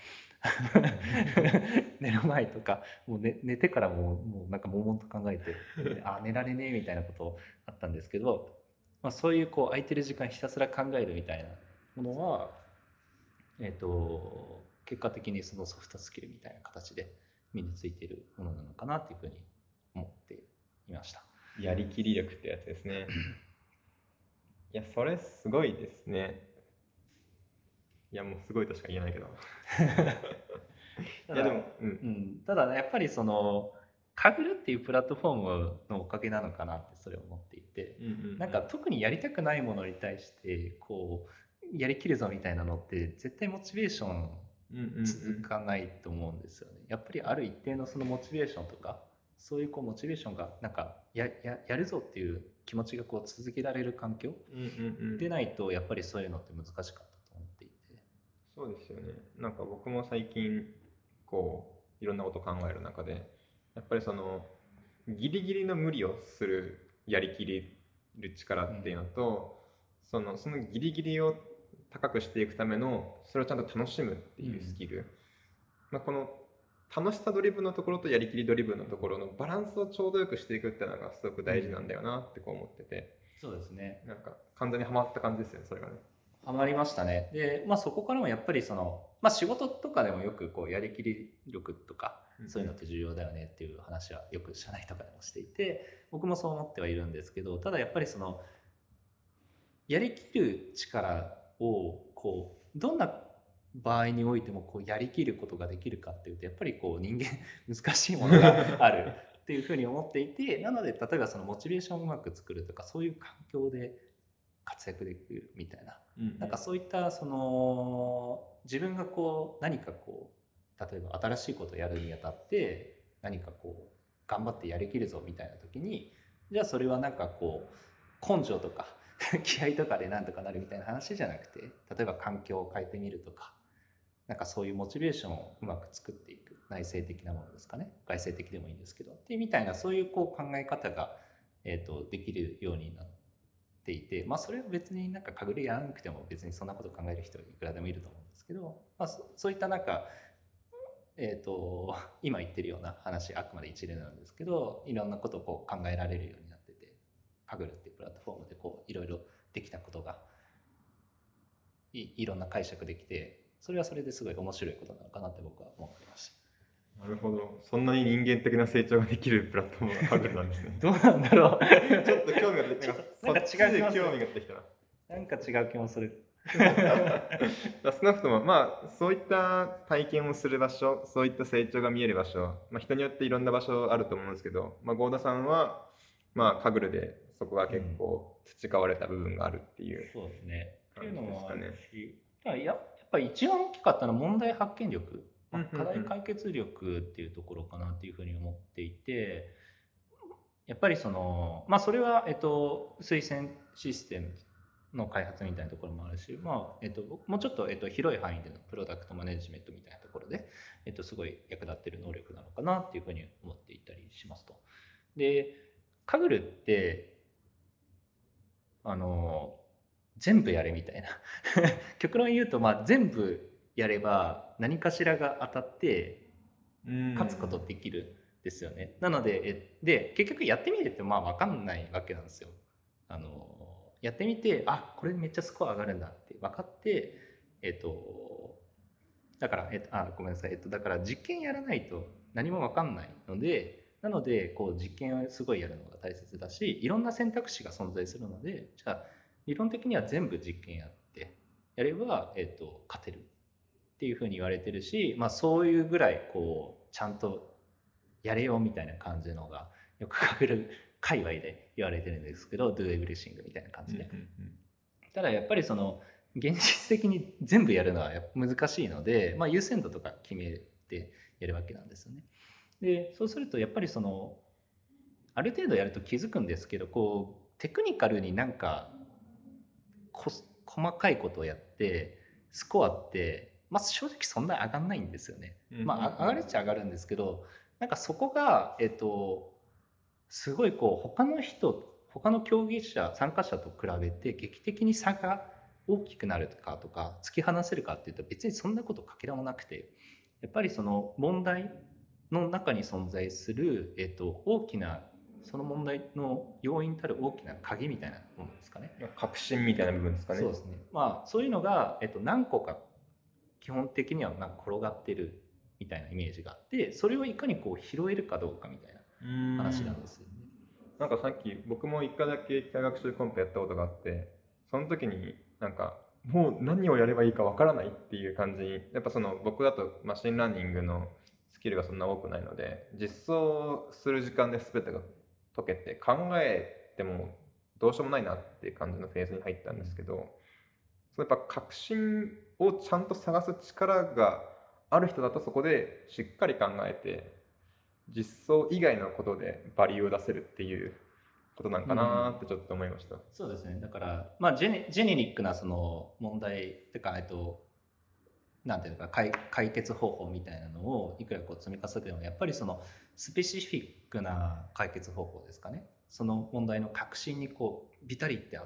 寝る前とかもう寝寝てからももうなんか悶々と考えて、あ寝られねえみたいなことあったんですけど、まあ、そういうこう空いてる時間ひたすら考えるみたいなものは、えー、と結果的にそのソフトスキルみたいな形で身についているものなのかなっていうふうに思っていました。 やりきり力ってやつですね。いや、それすごいですね。いや、もうすごいとしか言えないけど。 たいや、でだ、 も、うん。 うん、ただねやっぱりそのカグルっていうプラットフォームのおかげなのかなってそれを思っていて、 うんうんうん。 なんか特にやりたくないものに対してこうやりきるぞみたいなのって絶対モチベーションうんうんうん。 続かないと思うんですよね。やっぱりある一定のそのモチベーションとか、そういうこうモチベーションがなんかやややるぞっていう気持ちがこう続けられる環境うんうんうん。 でないとやっぱりそういうのって難しかったと思っていて。 そうですよね。なんか僕も最近、こう、いろんなこと考える中で、やっぱりその、ギリギリの無理をする、やりきれる力っていうのと、その、そのギリギリを高くしていくための、それをちゃんと楽しむっていうスキル。まあ、この、楽しさドリブンのところとやりきりドリブンのところのバランスをちょうどよくしていくっていうのがすごく大事なんだよなってこう思ってて、 そうですね。 なんか完全にハマった感じですよね、それがね。 ハマりましたね。で、まあ、そこからもやっぱりその、まあ、仕事とかでもよくこうやりきり力とかうんうんそういうのって重要だよねっていう話はよく社内とかでもしていて、僕もそう思ってはいるんですけど、ただやっぱりそのやりきる力をこうどんな場合においてもこうやりきることができるかっていうと、やっぱりこう人間難しいものがあるっていうふうに思っていて、なので例えばそのモチベーションをうまく作るとか、そういう環境で活躍できるみたいな、 うんうん。 なんかそういったその自分がこう何かこう例えば新しいことをやるにあたって何かこう頑張ってやりきるぞみたいな時に、じゃあそれはなんかこう根性とか気合とかでなんとかなるみたいな話じゃなくて、例えば環境を変えてみるとか、なんかそういうモチベーションをうまく作っていく、内省的なものですかね、外省的でもいいんですけどっていうみたいな、そういうこう考え方が、えー、とできるようになっていて、まあ、それは別になんかかぐれやらなくても別にそんなこと考える人いくらでもいると思うんですけど、まあ、そそういったなんか、 えー、と今言ってるような話あくまで一例なんですけど、いろんなことをこう考えられるようになってて、カグルっていうプラットフォームでこういろいろできたことが い, いろんな解釈できて、それはそれですごい面白いことなのかなって僕は思っていました。 なるほど。そんなに人間的な成長ができるプラットフォームがカグルなんですね。 どうなんだろうちょっと興味が出てきた。 なんかそっち違う気もするで興味が出てきたな。 なんか違う気もする少なくとも、まあ、そういった体験をする場所、そういった成長が見える場所、まあ、人によっていろんな場所あると思うんですけど、まあ、合田さんは、まあ、カグルでそこが結構培われた部分があるっていうそうですね。っていう感じのもあるですかね。 し、ややっぱり一番大きかったのは問題発見力、まあうんうんうん課題解決力っていうところかなっていうふうに思っていて、やっぱりその、まあ、それは、えっと、推薦システムの開発みたいなところもあるし、まあえっと、もうちょっと、えっと、広い範囲でのプロダクトマネジメントみたいなところで、えっと、すごい役立っている能力なのかなっていうふうに思っていたりしますと。で、カグルってあの全部やれみたいな極論言うと、まあ、全部やれば何かしらが当たって勝つことできるんですよね。なのでえで結局やってみるとまあ分かんないわけなんですよ。あのやってみて、あ、これめっちゃスコア上がるんだって分かって、えっとだから、えっと、あ、ごめんなさい、えっと、だから実験やらないと何も分かんないので、なのでこう実験をすごいやるのが大切だし、いろんな選択肢が存在するので、じゃあ理論的には全部実験やってやれば、えっと、勝てるっていうふうに言われてるし、まあ、そういうぐらいこうちゃんとやれよみたいな感じのがよくかける界隈で言われてるんですけど、do everything みたいな感じで。ただやっぱりその現実的に全部やるのは難しいので、まあ、優先度とか決めてやるわけなんですよね。でそうするとやっぱりそのある程度やると気づくんですけど、こうテクニカルになんかこ細かいことをやってスコアって、まあ、正直そんな上がんないんですよね。まあ上がるっちゃ上がるんですけど、なんかそこがえっとすごいこう他の人他の競技者参加者と比べて劇的に差が大きくなるかとか突き放せるかっていうと別にそんなことかけらもなくて、やっぱりその問題の中に存在する、えっと、大きなその問題の要因たる大きな鍵みたいなものですかね。 革新みたいな部分ですかね。 そうですね。まあそういうのが、えっと、何個か基本的にはなんか転がってるみたいなイメージがあって、それをいかにこう拾えるかどうかみたいな話なんですよね。 なんかさっき僕も一回だけ機械学習コンペやったことがあって、その時になんかもう何をやればいいかわからないっていう感じに、やっぱその僕だとマシンラーニングのスキルがそんな多くないので、実装する時間で全てが解けて考えてもどうしようもないなっていう感じのフェーズに入ったんですけど、そのやっぱ革新をちゃんと探す力がある人だとそこでしっかり考えて実装以外のことでバリューを出せるっていうことなんかなってちょっと思いました。うん、 そうですね。だから、まあ、ジェネジェネリックなその問題ってか、えっと、なんていうか解解決方法みたいなのをいくらこう積み重ねても、やっぱりそのスペシフィックな解決方法ですかね。その問題の核心にこうビタリってあった、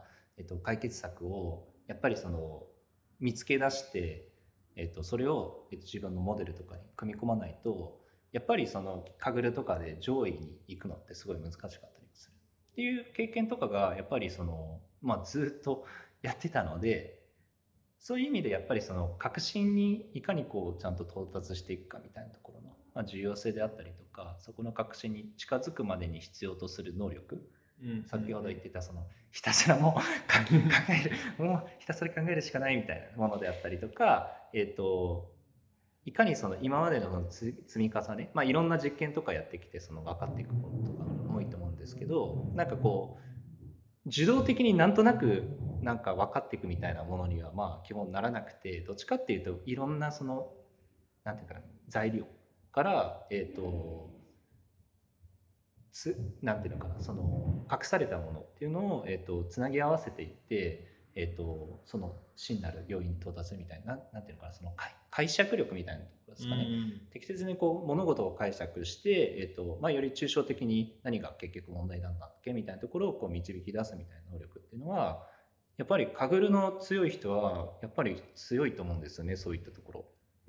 えっと、解決策をやっぱりその見つけ出して、えっと、それを、えっと、自分のモデルとかに組み込まないと、やっぱりそのカグルとかで上位に行くのってすごい難しかったりするっていう経験とかがやっぱりその、まあ、ずっとやってたので、そういう意味でやっぱりその革新にいかにこうちゃんと到達していくかみたいなところの、まあ、重要性であったりとか、そこの革新に近づくまでに必要とする能力、先ほど言ってたそのひたすらもう考えるもうひたすら考えるしかないみたいなものであったりとか、えっといかにその今までの積み重ね、まあ、いろんな実験とかやってきてその分かっていくこととか多いと思うんですけど、なんかこう受動的になんとなくなんか分かっていくみたいなものにはまあ基本ならなくて、どっちかっていうといろんなそのなんていうかな材料からえっ、とつなんていうのかな、その隠されたものっていうのを、えー、とつなぎ合わせていって、えー、とその真なる要因に到達みたいな、なんていうのかな、その解解釈力みたいなところですかね。適切にこう物事を解釈して、えーとまあ、より抽象的に何が結局問題なんだっけみたいなところをこう導き出すみたいな能力っていうのは、やっぱりカグルの強い人はやっぱり強いと思うんですよね、そういったところ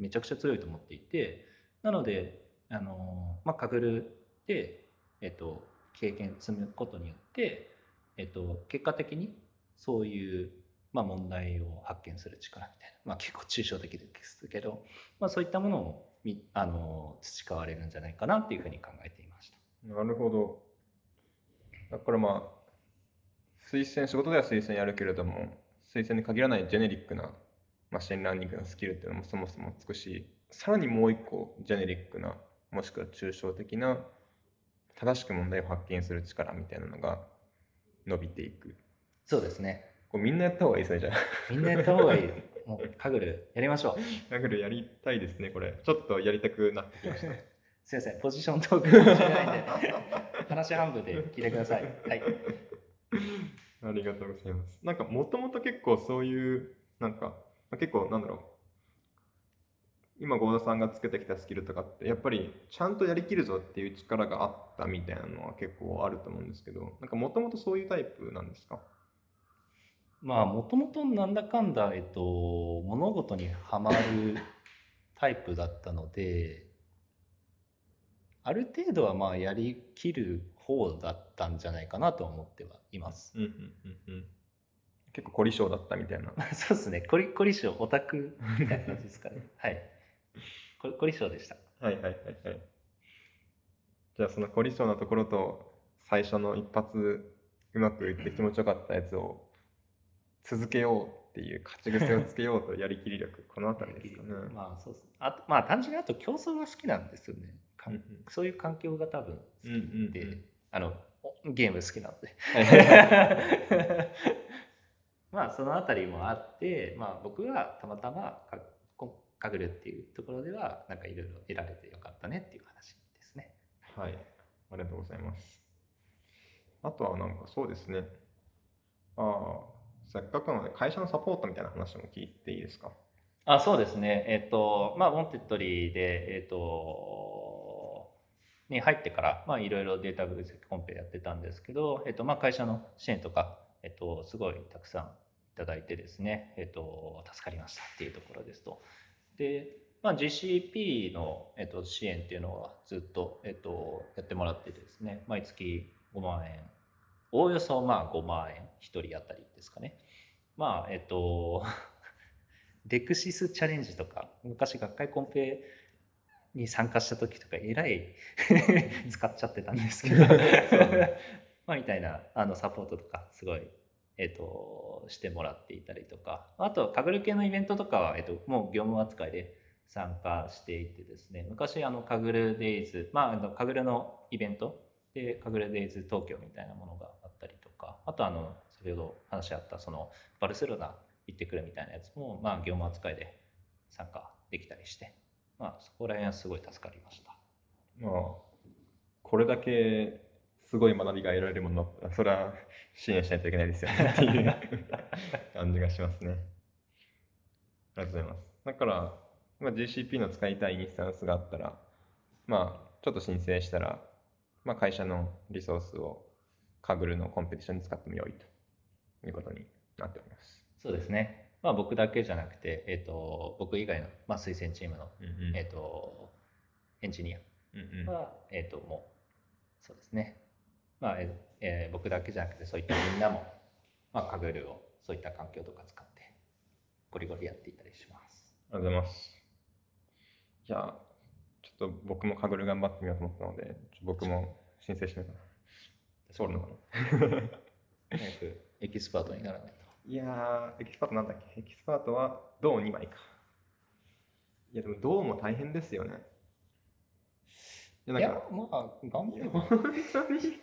めちゃくちゃ強いと思っていて、なのであの、まあ、カグルで、えっと、経験積むことによって、えっと、結果的にそういう、まあ、問題を発見する力みたいな、まあ、結構抽象的ですけど、まあ、そういったものをみあの培われるんじゃないかなっていうふうに考えていました。 なるほど。だからまあ、推薦、仕事では推薦やるけれども、推薦に限らないジェネリックなマシンラーニングのスキルっていうのもそもそもつくし、さらにもう一個ジェネリックな、もしくは抽象的な、正しく問題を発見する力みたいなのが伸びていく。 そうですね。 これみんなやった方がいいですね、じゃあ。 みんなやった方がいい。もうカグルやりましょう。 だからやりたいですね、これ。ちょっとやりたくなってきました。 すいません、ポジショントークかもしれないんで、話半分で聞いてください。はい。 ありがとうございます。なんかもともと結構そういう、なんか、結構なんだろう、今合田さんがつけてきたスキルとかって、やっぱりちゃんとやりきるぞっていう力があったみたいなのは結構あると思うんですけど、なんかもともとそういうタイプなんですか？ まあ、もともとなんだかんだ、えっと、物事にはまるタイプだったので、ある程度はまあやりきる方だったんじゃないかなと思ってはいます。 うんうんうんうん。結構凝り性だったみたいな。 そうですね、コリコリショオタクみたいな感じですかね。はい。コリコリショでした。 はいはいはいはい。じゃあその凝り性なところと最初の一発うまくいって気持ちよかったやつを続けようっていう勝ち癖をつけようとやりきり力、このあたりですかね。 まあそうですね。あとまあ単純にあと競争が好きなんですよね。かうんうんそういう環境が多分好きで、 うんうんうんあのゲーム好きなので。 はいはいはいまあそのあたりもあって、まあ僕はたまたまかこかぐるっていうところではなんかいろいろ得られてよかったねっていう話ですね。 はい、ありがとうございます。あとはなんかそうですね。ああ、せっかくなので会社のサポートみたいな話も聞いていいですか？ あ、そうですね。えっと、まあ、ウォンテッドリーで、えっと、に入ってから、まあ、いろいろデータ分析コンペやってたんですけど、えっと、まあ、会社の支援とか、えっと、すごいたくさんいただいてですね、えっと、助かりましたっていうところですと。で、まあ、ジーシーピー の、えっと、支援っていうのはずっと、えっと、やってもらっててですね、毎月ごまん円、おおよそまあごまん円、ひとり当たりですかね。まあ、えっと、レクシスチャレンジとか、昔学会コンペに参加した時とか、えらい使っちゃってたんですけど、まあ、みたいなあのサポートとか、すごい、えっと、してもらっていたりとか、あと、カグル系のイベントとかは、えっと、もう業務扱いで参加していてですね、昔、あの、カグルデイズ、まあ、あのカグルのイベントで、カグルデイズ東京みたいなものがあったりとか、あと、あの、先ほど話し合った、その、バルセロナ行ってくるみたいなやつも、まあ、業務扱いで参加できたりして、まあ、そこら辺はすごい助かりました。 まあ、これだけすごい学びが得られるものだったら、それは支援しないといけないですよねっていう感じがしますね。ありがとうございます。だから、まあ、ジーシーピー の使いたいインスタンスがあったら、まあ、ちょっと申請したら、まあ、会社のリソースをカグルのコンペティションに使ってもよいということになっております。 そうですね。まあ、僕だけじゃなくて、えっと、僕以外の、まあ、推薦チームの、 うんうんえっと、エンジニアうんうんは、えっと、もう、そうですね。まあ、ええー僕だけじゃなくて、そういったみんなも、まあ、カグルをそういった環境とか使って、ゴリゴリやっていたりします。 ありがとうございます。じゃあ、ちょっと僕もカグル頑張ってみようと思ったので、ちょ僕も申請してみようかな。通るのかな早くエキスパートにならないと。 いやー、エキスパートなんだっけエキスパートは銅にまいか。いや、でも銅も大変ですよね。いや、なんいや、 か、 まあ、頑張れば。 本当に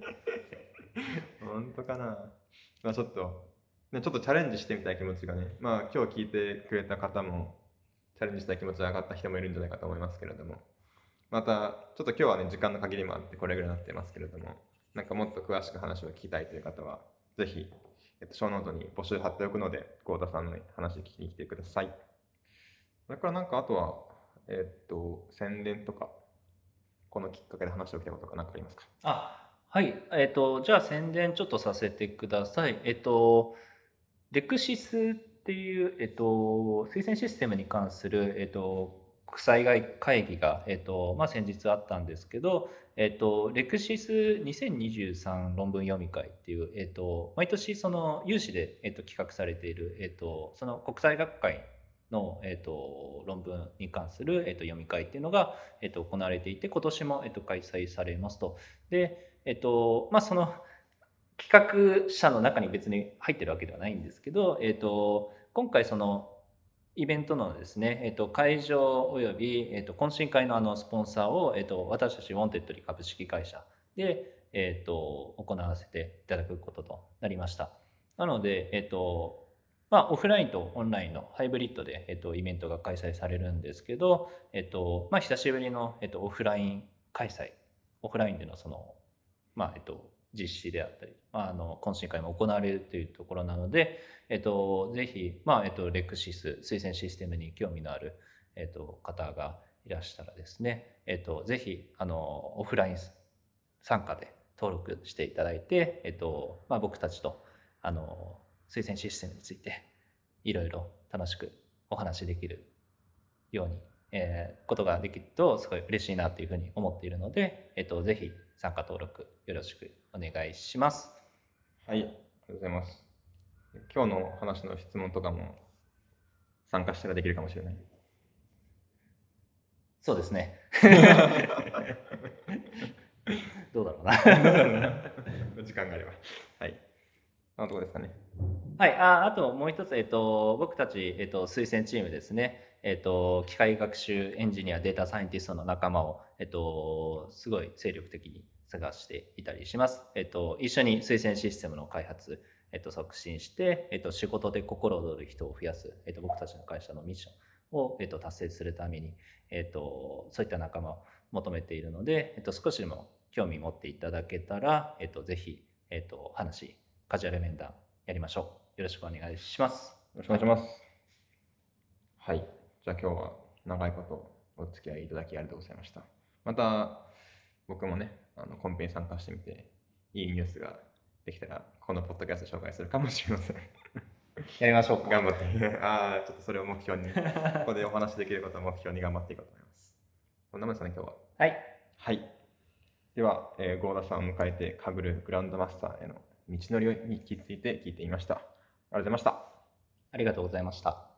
本当かな。まあちょっと、ね、ちょっとチャレンジしてみたい気持ちがね、まあ今日聞いてくれた方も、チャレンジしたい気持ちが上がった人もいるんじゃないかと思いますけれども、また、ちょっと今日はね、時間の限りもあってこれぐらいになってますけれども、なんかもっと詳しく話を聞きたいという方は、ぜひ、えっと、ショーノートに募集貼っておくので、幸田さんの話聞きに来てください。それからなんかあとは、えっと、宣伝とか、このきっかけで話しておきたいことか何かありますか？ あ、はい。えっと、じゃあ宣伝ちょっとさせてください。えっと、レクシスってっていう、えっと、推薦システムに関する、えっと、国際外会議が、えっとまあ、先日あったんですけど、えっと、レクシスにせんにじゅうさん論文読み会っていう、えっと、毎年その有志で、えっと、企画されている、えっと、その国際学会の、えっと、論文に関する、えっと、読み会っていうのが、えっと、行われていて、今年も、えっと、開催されますと。で、えっと、まあ、その企画者の中に別に入ってるわけではないんですけど、えっと、今回そのイベントのですね、えっと、会場および、えっと、懇親会のあのスポンサーを、えっと、私たちウォンテッドリ株式会社で、えっと、行わせていただくこととなりました。なので、えっと、まあ、オフラインとオンラインのハイブリッドで、えっと、イベントが開催されるんですけど、えっと、まあ、久しぶりの、えっと、オフライン開催、オフラインでのその、まあ、えっと、実施であったり、まあ、あの懇親会も行われるというところなので、えっと、ぜひ、まあえっと、レクシス推薦システムに興味のある、えっと、方がいらしたらですね、えっと、ぜひあのオフライン参加で登録していただいて、えっとまあ、僕たちとあの推薦システムについていろいろ楽しくお話しできるように、えーことができるとすごい嬉しいなというふうに思っているので、えっと、ぜひ参加登録よろしくお願いします。 はい、ありがとうございます。今日の話の質問とかも参加したらできるかもしれない。 そうですね。どうだろうな。 時間があれば。はい。あのとこですかね。 はい、ああともう一つ、えっと、僕たち、えっと、推薦チームですね、えっと、機械学習エンジニア、データサイエンティストの仲間を、えっと、すごい精力的に探していたりします。えっと、一緒に推薦システムの開発、えっと、促進して、えっと、仕事で心躍る人を増やす、えっと、僕たちの会社のミッションを、えっと、達成するために、えっと、そういった仲間を求めているので、えっと、少しでも興味持っていただけたら、えっと、ぜひ、えっと、話、カジュアル面談やりましょう。よろしくお願いします。 よろしくお願いします。はい。はい、じゃあ今日は長いことお付き合いいただきありがとうございました。また僕もね、あのコンペに参加してみて、いいニュースができたら、このポッドキャスト紹介するかもしれません。 やりましょうか。 頑張って。ああ、ちょっとそれを目標に、ここでお話しできることを目標に頑張っていこうと思います。そんなもんですかね、今日は。 はい。 はい。では、えー、合田さんを迎えて、かぐるグランドマスターへの道のりについて聞いてみました。ありがとうございました。 ありがとうございました。